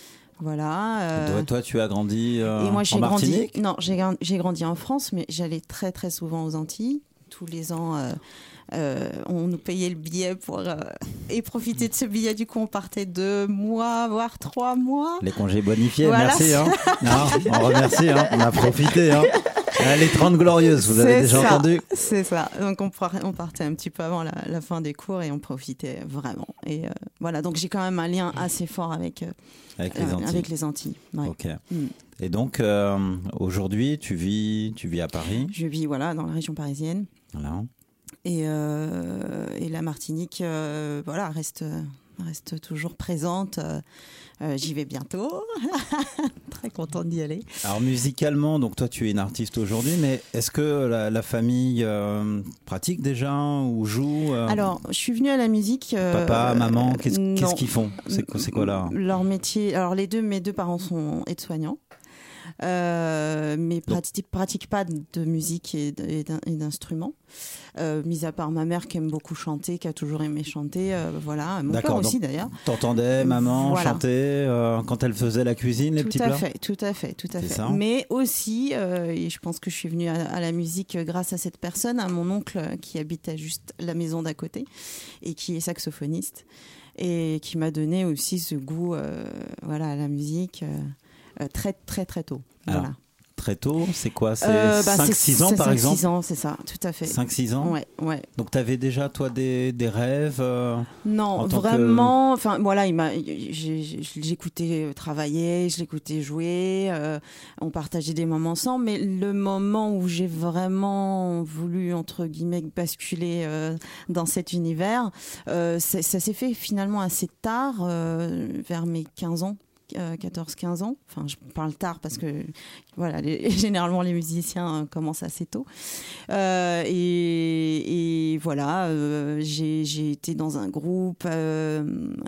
Voilà. euh,
Toi, toi, tu as grandi euh,
et moi j'ai
en
grandi.
Martinique.
Non, j'ai gran- j'ai grandi en France, mais j'allais très très souvent aux Antilles. Tous les ans, euh, euh, on nous payait le billet pour euh, et profiter de ce billet. Du coup, on partait deux mois, voire trois mois.
Les congés bonifiés,
Voilà,
merci. Hein. Non, on remercie, hein. On a profité. Hein. Ah, les trente glorieuses, vous avez
C'est
déjà
ça,
entendu?
C'est ça. Donc on, par- on partait un petit peu avant la, la fin des cours et on profitait vraiment. Et euh, voilà, donc j'ai quand même un lien assez fort avec, euh,
Avec les
euh,
Antilles.
avec les Antilles. Ouais.
Ok.
Mm.
Et donc, euh, aujourd'hui, tu vis, tu vis à Paris.
Je vis voilà, dans la région parisienne.
Voilà.
Et, euh, et la Martinique euh, voilà, reste, reste toujours présente. Euh, euh, j'y vais bientôt. Très contente d'y aller.
Alors musicalement, donc toi tu es une artiste aujourd'hui, mais est-ce que la, la famille euh, pratique déjà ou joue euh...
Alors, je suis venue à la musique. Euh,
Papa, maman, qu'est-ce,
euh,
qu'est-ce qu'ils font? C'est, c'est quoi là?
Leur métier. Alors les deux, mes deux parents sont aides-soignants. Euh, mais pratique, pratique pas de musique et, et, et d'instruments, euh, mis à part ma mère qui aime beaucoup chanter, qui a toujours aimé chanter, euh, voilà, mon
D'accord,
père aussi d'ailleurs.
T'entendais maman
voilà.
chanter euh, quand elle faisait la cuisine, les
tout
petits
à
plats?
fait, tout à fait, tout à
C'est
fait.
ça.
Mais aussi, euh, et je pense que je suis venue à, à la musique grâce à cette personne, à mon oncle qui habitait juste la maison d'à côté et qui est saxophoniste et qui m'a donné aussi ce goût, euh, voilà, à la musique. Euh, Euh, très très très tôt.
Alors,
voilà.
Très tôt, c'est quoi? C'est
euh, bah,
cinq six ans par
cinq,
exemple?
six ans, c'est ça, tout à fait.
cinq six ans?
Ouais, ouais.
Donc tu avais déjà toi des, des rêves euh,
Non, vraiment. Que... Enfin, voilà, il m'a, j'ai, j'ai, j'écoutais travailler, je l'écoutais jouer, euh, on partageait des moments ensemble, mais le moment où j'ai vraiment voulu, entre guillemets, basculer euh, dans cet univers, euh, ça, ça s'est fait finalement assez tard, euh, vers mes quinze ans. quatorze quinze ans, enfin je parle tard parce que voilà, les, généralement les musiciens commencent assez tôt euh, et, et voilà euh, j'ai, j'ai été dans un groupe euh,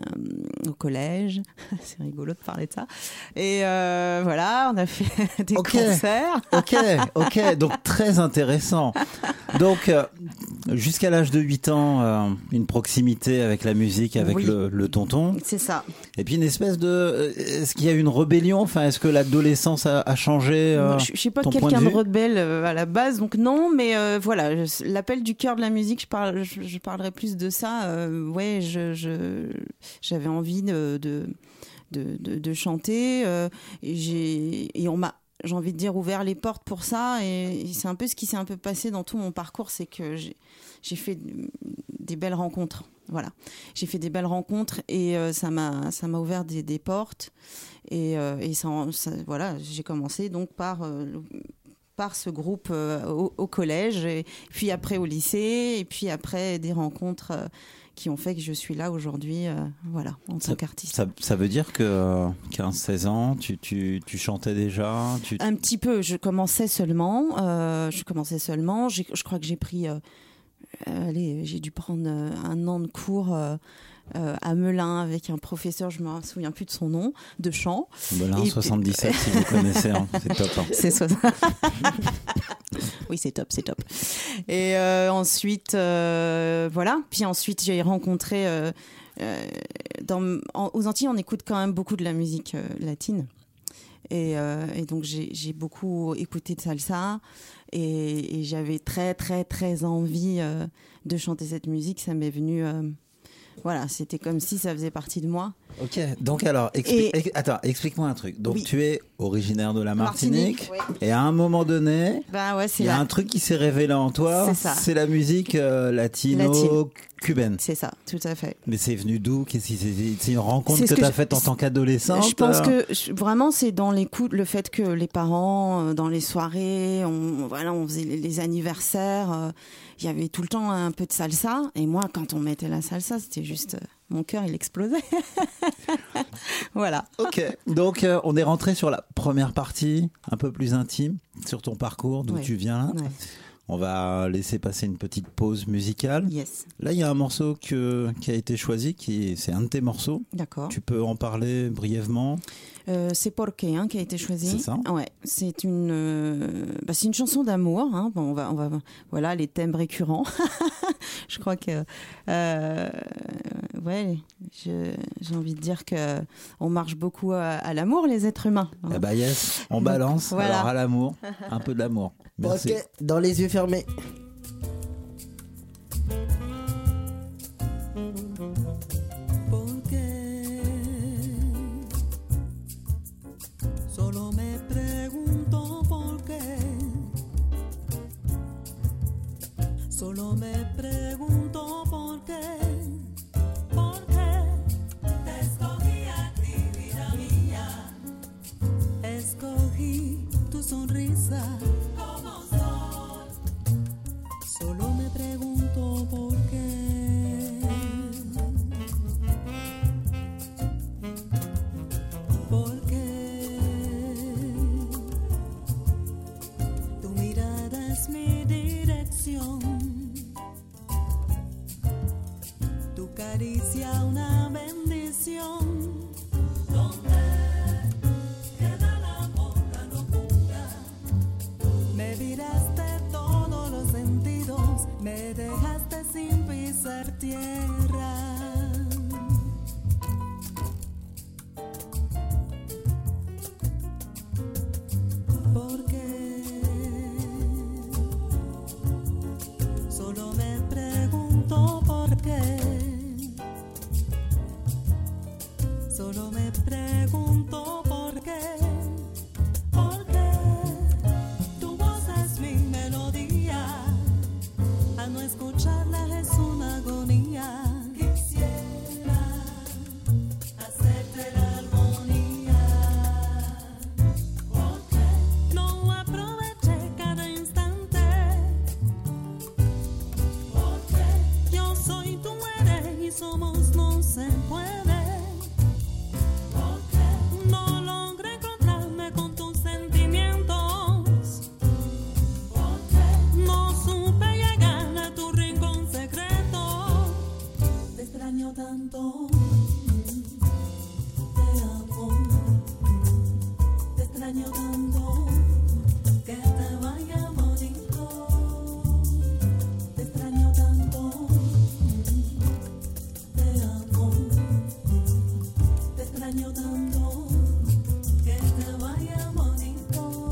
au collège, c'est rigolo de parler de ça, et euh, voilà, on a fait des
okay.
concerts.
ok, ok, donc très intéressant. Donc euh, jusqu'à l'âge de huit ans, euh, une proximité avec la musique, avec oui. le, le tonton.
C'est ça.
Et puis une espèce de... Est-ce qu'il y a eu une rébellion? Enfin, est-ce que l'adolescence a, a changé euh,
Je ne suis pas
ton
quelqu'un
de,
de rebelle euh, à la base, donc non, mais euh, voilà, je, l'appel du cœur de la musique, je, parle, je, je parlerai plus de ça. Euh, ouais, je, je, j'avais envie de, de, de, de, de chanter euh, et, j'ai, et on m'a, j'ai envie de dire, ouvert les portes pour ça. Et, et c'est un peu ce qui s'est un peu passé dans tout mon parcours, c'est que j'ai, j'ai fait des belles rencontres. Voilà, j'ai fait des belles rencontres et euh, ça m'a ça m'a ouvert des, des portes et, euh, et ça, ça, voilà, j'ai commencé donc par euh, par ce groupe euh, au, au collège et puis après au lycée et puis après des rencontres euh, qui ont fait que je suis là aujourd'hui, euh, voilà, en
ça,
tant qu'artiste.
Ça, ça veut dire que euh, quinze seize ans, tu, tu, tu chantais déjà tu...
Un petit peu, je commençais seulement, euh, je commençais seulement, j'ai, je crois que j'ai pris... Euh, Allez, j'ai dû prendre un an de cours euh, euh, à Melun avec un professeur, je ne me souviens plus de son nom, de chant.
Melun soixante-dix-sept, si vous connaissez, hein, c'est top. Hein.
C'est so... oui, c'est top, c'est top. Et euh, ensuite, euh, voilà. Puis ensuite, j'ai rencontré. Euh, euh, dans, en, aux Antilles, on écoute quand même beaucoup de la musique euh, latine. Et, euh, et donc, j'ai, j'ai beaucoup écouté de salsa. Et, et j'avais très, très, très envie euh, de chanter cette musique. Ça m'est venu... Euh, voilà, c'était comme si ça faisait partie de moi.
Ok, donc alors, expli-
et...
ex- attends, explique-moi un truc. Donc,
oui.
tu es originaire de la Martinique.
Martinique oui.
Et à un moment donné,
bah ouais,
il y a
la...
un truc qui s'est révélé en toi.
C'est ça.
C'est la musique euh, latino-cubaine.
C'est ça, tout à fait.
Mais c'est venu d'où? Qu'est-ce qui c'est, c'est une rencontre
c'est
que, que tu as
je...
faite en tant qu'adolescente?
Je pense que je... vraiment, c'est dans l'écoute, le fait que les parents, dans les soirées, on, voilà, on faisait les, les anniversaires, euh, il y avait tout le temps un peu de salsa. Et moi, quand on mettait la salsa, c'était juste... Euh, mon cœur, il explosait. Voilà.
Ok. Donc, euh, on est rentré sur la première partie, un peu plus intime, sur ton parcours, d'où
ouais.
tu viens.
Ouais.
On va laisser passer une petite pause musicale.
Yes.
Là, il y a un morceau que, qui a été choisi, qui c'est un de tes morceaux.
D'accord.
Tu peux en parler brièvement?
Euh, c'est Porque hein, qui a été choisi.
C'est ça.
Ouais, c'est une, euh, bah, c'est une chanson d'amour. Hein. Bon, on va, on va, voilà, les thèmes récurrents. Je crois que, euh, ouais, je, j'ai envie de dire que on marche beaucoup à, à l'amour, les êtres humains. Hein.
Eh bah yes, on balance. Donc, voilà. Alors à l'amour, un peu de l'amour. Merci.
Ok, dans les yeux fermés.
Solo me pregunto por qué. Solo me pregunto por qué. ¿Por qué te escogí a ti, vida mía? Escogí tu sonrisa como sol. Solo me pregunto por qué, por qué tu voz es mi melodía. Al no escucharla es una agonía. Quisiera hacerte la armonía. ¿Por qué no aproveché cada instante? ¿Por qué yo soy, tú eres y somos no se puede? Tanto, te amo, te extraño tanto, que te vaya bonito, te extraño tanto, te amo, te extraño tanto, que te vaya bonito.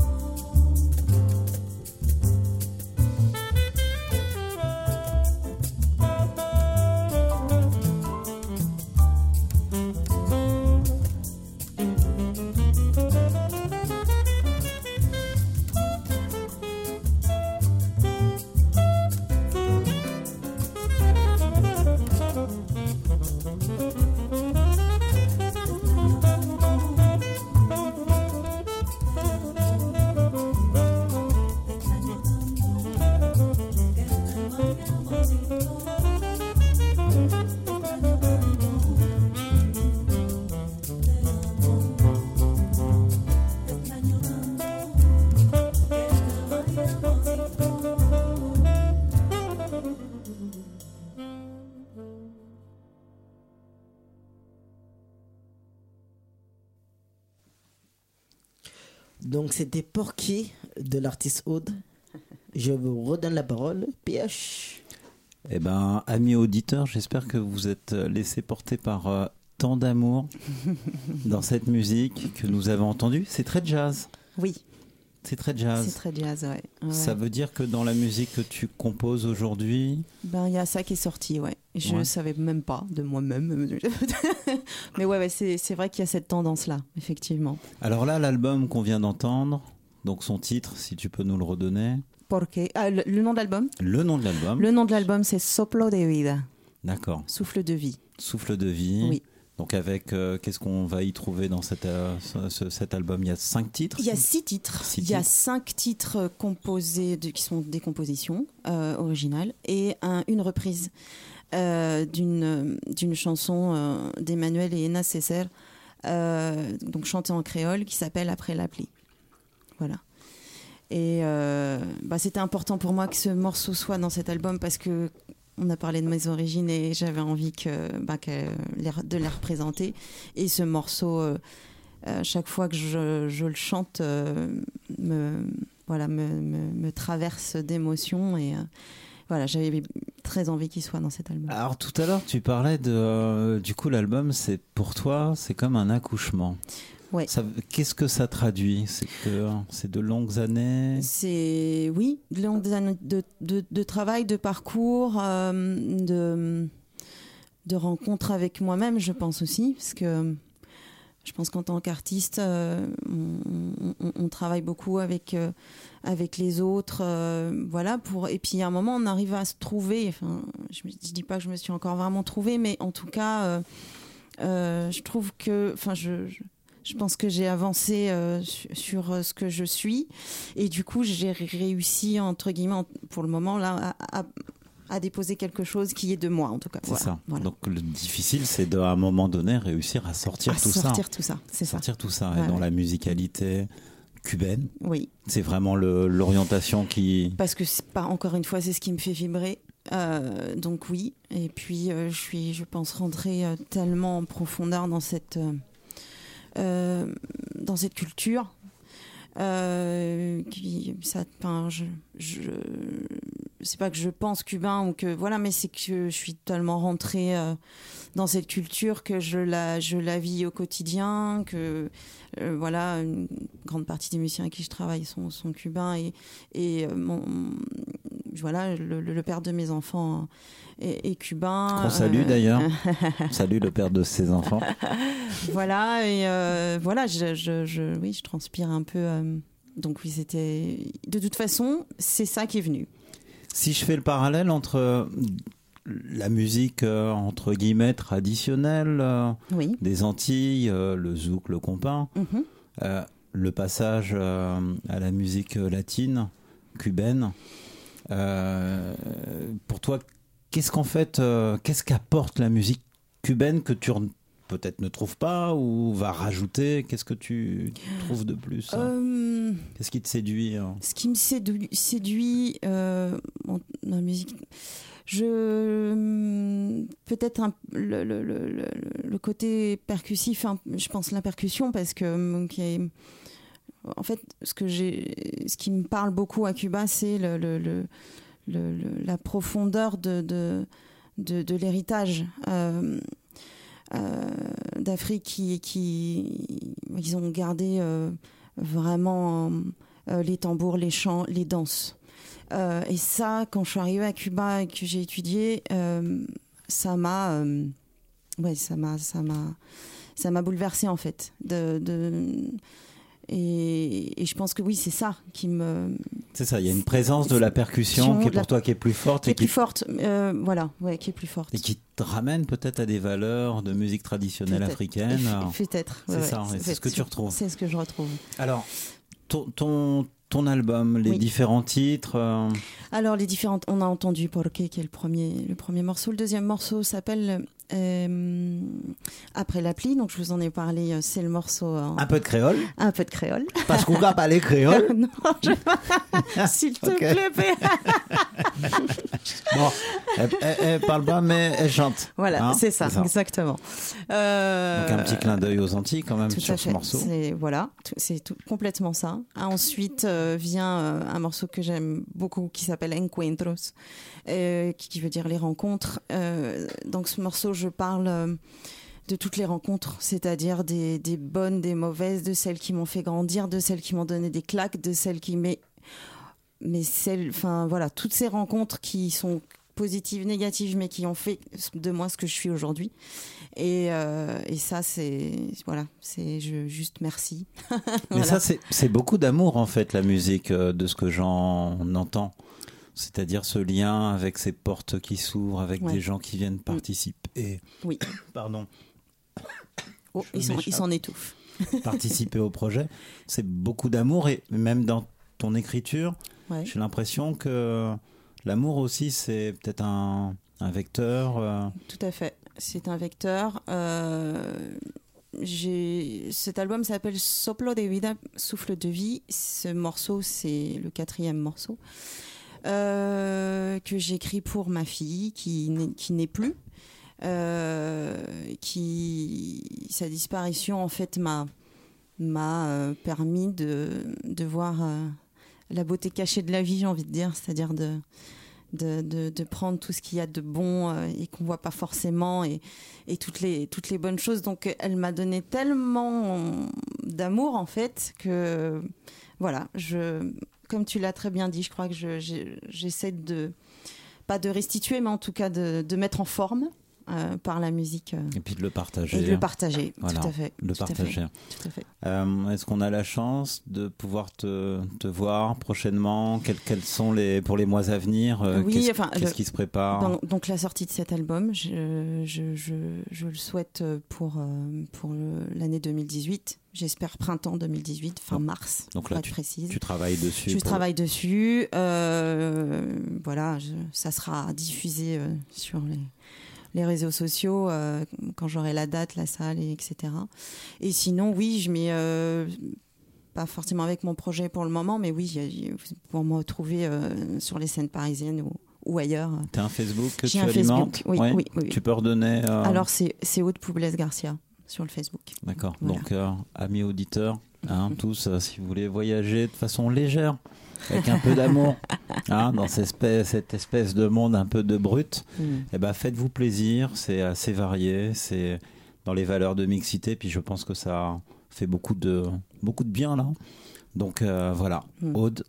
Donc c'était Porky de l'artiste Aude. Je vous redonne la parole. P H.
Eh ben, amis auditeurs, j'espère que vous êtes laissés porter par euh, tant d'amour dans cette musique que nous avons entendue. C'est très jazz.
Oui.
C'est très jazz.
C'est très jazz, ouais. ouais.
Ça veut dire que dans la musique que tu composes aujourd'hui...
Ben, il y a ça qui est sorti, ouais. Je ne
Ouais.
savais même pas de moi-même. Mais ouais, ouais c'est, c'est vrai qu'il y a cette tendance-là, effectivement.
Alors là, l'album qu'on vient d'entendre, donc son titre, si tu peux nous le redonner.
Porque... Ah, le, le nom de l'album
Le nom de l'album.
Le nom de l'album, c'est Soplo de Vida.
D'accord.
Souffle de vie.
Souffle de vie.
Oui.
Donc avec, euh, qu'est-ce qu'on va y trouver dans cet, euh, ce- ce- cet album? Il y a cinq titres.
Il y a six titres.
Six
Il y a
titres.
cinq titres composés de, qui sont des compositions euh, originales et un, une reprise euh, d'une, d'une chanson euh, d'Emmanuel et Ena Césaire, euh, donc chantée en créole, qui s'appelle Après la pluie. Voilà. Et euh, bah, c'était important pour moi que ce morceau soit dans cet album parce que on a parlé de mes origines et j'avais envie que, bah, que les- de les représenter. Et ce morceau, euh, euh, chaque fois que je, je le chante, euh, me, voilà, me, me, me traverse d'émotions. Et euh, voilà, j'avais très envie qu'il soit dans cet album.
Alors tout à l'heure, tu parlais de... euh, du coup, l'album, c'est pour toi, c'est comme un accouchement.
Ouais.
Ça, qu'est-ce que ça traduit? C'est que c'est de longues années.
C'est, oui, de longues années de, de, de travail, de parcours, euh, de, de rencontres avec moi-même, je pense aussi, parce que je pense qu'en tant qu'artiste, euh, on, on, on travaille beaucoup avec, euh, avec les autres, euh, voilà, pour, et puis à un moment, on arrive à se trouver, enfin, je ne dis pas que je me suis encore vraiment trouvée, mais en tout cas, euh, euh, je trouve que, enfin, je... je Je pense que j'ai avancé euh, sur, sur euh, ce que je suis et du coup j'ai réussi entre guillemets pour le moment là à, à, à déposer quelque chose qui est de moi en tout cas.
C'est
Voilà,
ça.
voilà.
Donc le difficile, c'est de, à un moment donné réussir à sortir
À
tout
sortir
ça.
tout ça, c'est ça.
Sortir tout ça.
Ouais,
et dans
ouais.
la musicalité cubaine,
Oui.
c'est vraiment le, l'orientation qui.
Parce que c'est pas encore une fois c'est ce qui me fait vibrer. Euh, donc oui. Et puis euh, je suis, je pense rentrer euh, tellement en profondeur dans cette euh, euh, dans cette culture. Euh, qui, ça, enfin, je, je, c'est pas que je pense cubain ou que voilà, mais c'est que je suis tellement rentrée euh, dans cette culture que je la, je la vis au quotidien, que euh, voilà, une grande partie des musiciens avec qui je travaille sont, sont cubains et, et euh, mon, voilà, le, le père de mes enfants est, est cubain.
Qu'on salue
euh,
d'ailleurs. Salut le père de ses enfants.
Voilà, et euh, voilà, je, je, je, oui, je transpire un peu. Euh, donc oui, c'était... De toute façon, c'est ça qui est venu.
Si je fais le parallèle entre la musique, euh, entre guillemets, traditionnelle, euh,
oui.
des Antilles, euh, le zouk, le compas,
Mm-hmm.
euh, le passage euh, à la musique latine, cubaine, euh, pour toi, qu'est-ce qu'en fait, euh, qu'est-ce qu'apporte la musique cubaine que tu peut-être ne trouves pas ou va rajouter? Qu'est-ce que tu trouves de plus?
euh,
Qu'est-ce qui te séduit? Hein?
Ce qui me séduit, séduit euh, bon, dans la musique, je peut-être un, le, le, le, le côté percussif, hein, je pense la percussion, parce que okay, en fait, ce que j'ai, ce qui me parle beaucoup à Cuba, c'est le, le, le, le, le la profondeur de de, de, de l'héritage. Euh, Euh, d'Afrique qui, qui ils ont gardé euh, vraiment euh, les tambours, les chants, les danses. Euh, et ça, quand je suis arrivée à Cuba et que j'ai étudié, euh, ça m'a, euh, ouais, ça m'a, ça m'a, ça m'a bouleversée en fait. De, de et, et je pense que oui, c'est ça qui me.
C'est ça, il y a une présence de la percussion qui est pour la... toi qui est plus forte.
Qui
et
est plus
qui...
forte, euh, voilà, ouais, qui est plus forte.
Et qui te ramène peut-être à des valeurs de musique traditionnelle
peut-être.
africaine.
Peut-être.
C'est
ouais,
ça,
ouais,
c'est ce que tu retrouves.
C'est ce que je retrouve.
Alors, ton, ton, ton album, les oui. différents titres. Euh...
Alors, les différentes, on a entendu Porque, qui est le premier, le premier morceau. Le deuxième morceau s'appelle euh, Après la pluie. Donc, je vous en ai parlé. C'est le morceau. En...
Un peu de créole.
Un peu de créole.
Parce qu'on va parler créole.
Non, je... s'il te
okay.
plaît.
Bon, elle, elle, elle parle pas, mais elle chante.
Voilà,
hein,
c'est, ça, c'est ça, exactement.
Euh... Donc, un petit clin d'œil aux Antilles, quand même,
tout
sur
à
ce
fait.
morceau.
C'est, voilà, c'est tout, complètement ça. Ensuite euh, vient euh, un morceau que j'aime beaucoup qui s'appelle Encuentros, euh, qui, qui veut dire les rencontres. Euh, donc, ce morceau, je parle euh, de toutes les rencontres, c'est-à-dire des, des bonnes, des mauvaises, de celles qui m'ont fait grandir, de celles qui m'ont donné des claques, de celles qui... Mais, mais celles, enfin, voilà, toutes ces rencontres qui sont positives, négatives, mais qui ont fait de moi ce que je suis aujourd'hui. Et, euh, et ça, c'est voilà, c'est je, juste merci.
Mais
voilà.
ça, c'est, c'est beaucoup d'amour en fait, la musique, euh, de ce que j'en entends. C'est-à-dire ce lien avec ces portes qui s'ouvrent, avec ouais. des gens qui viennent participer.
Oui.
Pardon.
Oh, ils, sont, ils s'en étouffent.
Participer au projet, c'est beaucoup d'amour et même dans ton écriture,
ouais.
j'ai l'impression que l'amour aussi, c'est peut-être un, un vecteur. Euh...
Tout à fait. C'est un vecteur. Euh, j'ai... Cet album s'appelle Soplo de Vida, Souffle de vie. Ce morceau, c'est le quatrième morceau euh, que j'écris pour ma fille qui n'est, qui n'est plus. Euh, qui, sa disparition, en fait, m'a, m'a euh, permis de, de voir euh, la beauté cachée de la vie, j'ai envie de dire. C'est-à-dire de... De, de, de prendre tout ce qu'il y a de bon euh, et qu'on voit pas forcément et, et toutes les, toutes les bonnes choses. Donc elle m'a donné tellement d'amour en fait que voilà, je, comme tu l'as très bien dit, je crois que je, j'ai, j'essaie de, pas de restituer, mais en tout cas de, de mettre en forme euh, par la musique. Euh,
et puis de le partager.
Et de le partager,
voilà,
tout à fait.
Le
tout
partager.
À fait, tout à fait.
Euh, est-ce qu'on a la chance de pouvoir te, te voir prochainement? Quels, quels sont les, pour les mois à venir euh,
oui,
qu'est-ce,
enfin,
qu'est-ce
le,
qui se prépare?
donc, donc la sortie de cet album, je, je, je, je le souhaite pour, pour l'année deux mille dix-huit. J'espère printemps deux mille dix-huit, fin
donc,
mars,
donc
pour
là,
être
tu,
précise.
Tu travailles dessus.
Je travaille
le...
dessus. Euh, voilà, je, ça sera diffusé euh, sur les, les réseaux sociaux euh, quand j'aurai la date, la salle, et etc. Et sinon, oui, je mets euh, pas forcément avec mon projet pour le moment, mais oui, pour me retrouver euh, sur les scènes parisiennes ou, ou ailleurs.
Tu as un Facebook que
J'ai
tu
un
alimentes?
Facebook, oui,
ouais.
oui, oui.
Tu peux redonner euh...
Alors, c'est, c'est Aude Poublès Garcia sur le Facebook.
D'accord.
Voilà.
Donc, euh, amis auditeurs, hein, tous, euh, si vous voulez voyager de façon légère, avec un peu d'amour, hein, dans cette espèce, cette espèce de monde un peu de brut, mm. eh ben, faites-vous plaisir. C'est assez varié, c'est dans les valeurs de mixité. Puis je pense que ça fait beaucoup de, beaucoup de bien là. Donc euh, voilà, mm. Aude,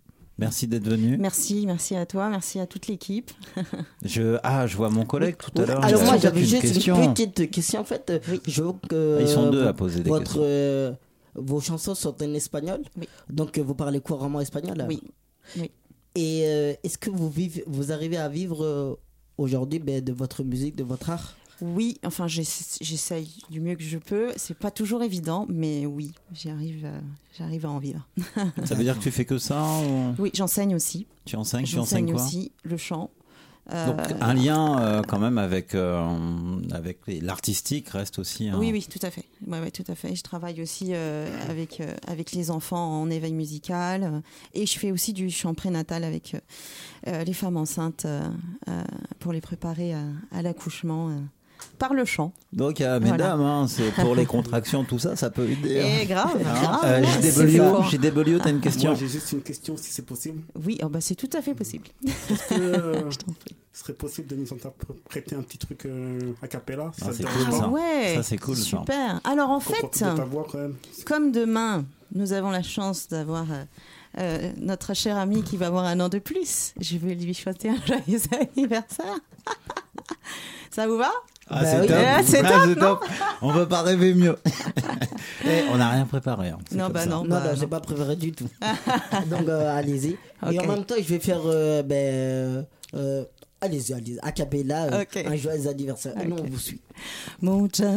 Merci d'être venu.
Merci, merci à toi, merci à toute l'équipe.
Je, ah, je vois mon collègue tout à l'heure.
Alors moi,
Il a
j'avais
une
juste
question.
une petite question. En fait, oui. je veux que
Ils sont deux
vo-
à poser des
votre,
questions.
euh, vos chansons sont en espagnol.
Oui.
Donc, euh, vous parlez couramment espagnol.
Oui. Oui.
Et euh, est-ce que vous, vivez, vous arrivez à vivre euh, aujourd'hui ben, de votre musique, de votre art?
Oui, enfin j'essa- j'essaye du mieux que je peux. C'est pas toujours évident, mais oui, j'y arrive, euh, j'arrive à en vivre.
Ça veut dire que tu fais que ça ou...
Oui, j'enseigne aussi.
Tu enseignes, tu
J'enseigne
enseignes quoi
aussi le chant. Euh,
Donc un lien euh, quand même avec, euh, avec les- l'artistique reste aussi. un-
Oui, oui, tout à fait. Ouais, ouais, tout à fait. Je travaille aussi euh, avec, euh, avec les enfants en éveil musical euh, et je fais aussi du chant prénatal avec euh, euh, les femmes enceintes euh, euh, pour les préparer à, à l'accouchement euh, par le chant.
Donc euh,
Voilà.
mesdames, hein, c'est pour les contractions, tout ça, ça peut aider. hein.
Et grave,
Hein
grave.
Euh,
C'est
J D W,
fort.
J D W, t'as une question?
Moi, j'ai juste une question, si c'est possible.
Oui, oh, bah, c'est tout à fait possible.
Est-ce que euh, ce serait possible de nous interpréter un petit truc euh, a cappella si
Ah,
ça te
c'est
dérange
cool,
pas
ça.
Ouais,
Ça, c'est cool, ça.
super. Alors en
Qu'on
fait,
profite de ta voix, quand même.
comme demain, nous avons la chance d'avoir euh, euh, notre cher ami qui va avoir un an de plus, je vais lui souhaiter un joyeux anniversaire. Ça vous va?
Ah,
Bah
c'est
oui.
top,
Ah, c'est
Ah,
top,
c'est top. On peut pas rêver mieux. Eh, on n'a rien préparé. hein. C'est
Non,
comme
bah
ça.
non.
Non,
bah,
non,
non.
j'ai pas préféré du tout. Donc, euh, allez-y. Et en
Ok.
même temps, je vais faire. Euh, ben, euh, euh, allez-y, allez-y. A cappella, euh,
Ok.
un joyeux anniversaire.
Ok.
Nous, on vous suit.
Mucha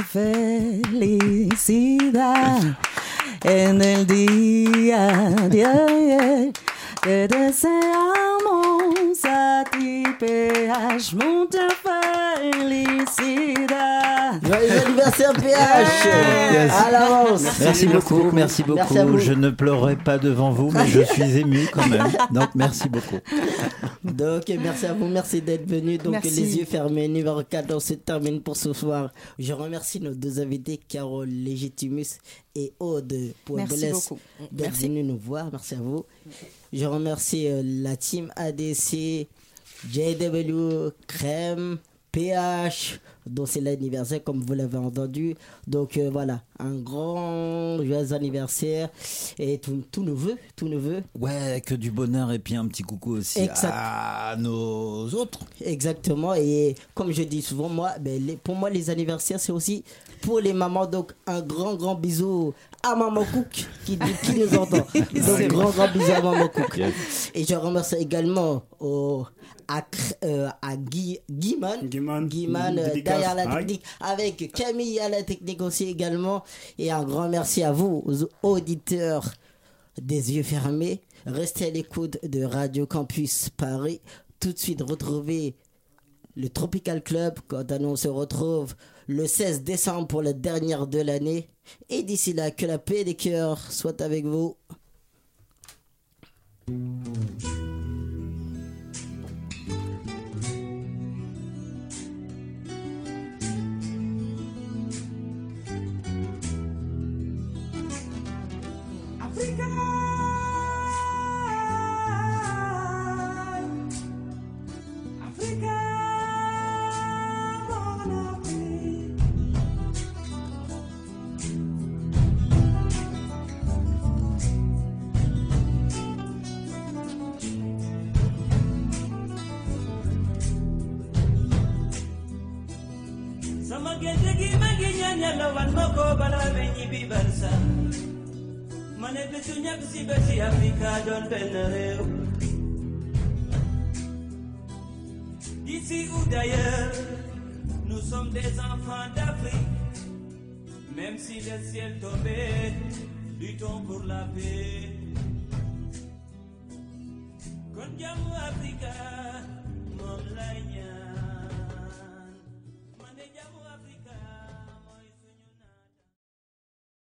felicidad en el día de ayer. Te deseamos a ti, P H. Mucha felicidad.
Joyeux anniversaire, P H.
Yes.
À l'avance.
Merci beaucoup, merci beaucoup.
Merci à vous.
Je ne pleurerai pas devant vous, mais je suis ému quand même. Donc merci beaucoup.
Donc, merci à vous, merci d'être venu. Donc,
Merci.
les yeux fermés, numéro quatorze se termine pour ce soir. Je remercie nos deux invités, Carole Légitimus et Aude
Merci
Poibelès,
beaucoup.
d'être
Merci.
venus nous voir. Merci à vous. Je remercie euh, la team A D C, J W, Crème, P H, dont c'est l'anniversaire, comme vous l'avez entendu. Donc euh, voilà, un grand joyeux anniversaire. Et tout, tout neveu, tout neveu.
Ouais, que du bonheur et puis un petit coucou aussi
Exact.
à nos autres.
Exactement, et comme je dis souvent, moi, ben, les- pour moi, les anniversaires, c'est aussi pour les mamans. Donc, un grand, grand bisou à Maman Cook qui, qui nous entend. Donc, grand, grand bisou à Maman Cook.
Yes.
Et je remercie également au, à, Cr- euh, à Guy, Guiman,
Guiman,
Guiman, euh,
dédicace.
derrière la
Aïe.
technique, avec Camille à la technique aussi également. Et un grand merci à vous, aux auditeurs des yeux fermés. Restez à l'écoute de Radio Campus Paris. Tout de suite, retrouvez le Tropical Club. Quant à nous, on se retrouve le seize décembre pour la dernière de l'année. Et d'ici là, que la paix des cœurs soit avec vous.
Africa, Africa, mon Afrique. Sama gende gi magi nyanya lawan moko bala benyi bi barsa. Mane bisu ñak si besi Afrika doon benn réew. D'ici ou d'ailleurs, nous sommes des enfants d'Afrique. Même si le ciel tombait, luttons pour la paix. Kon jàmmu Afrika.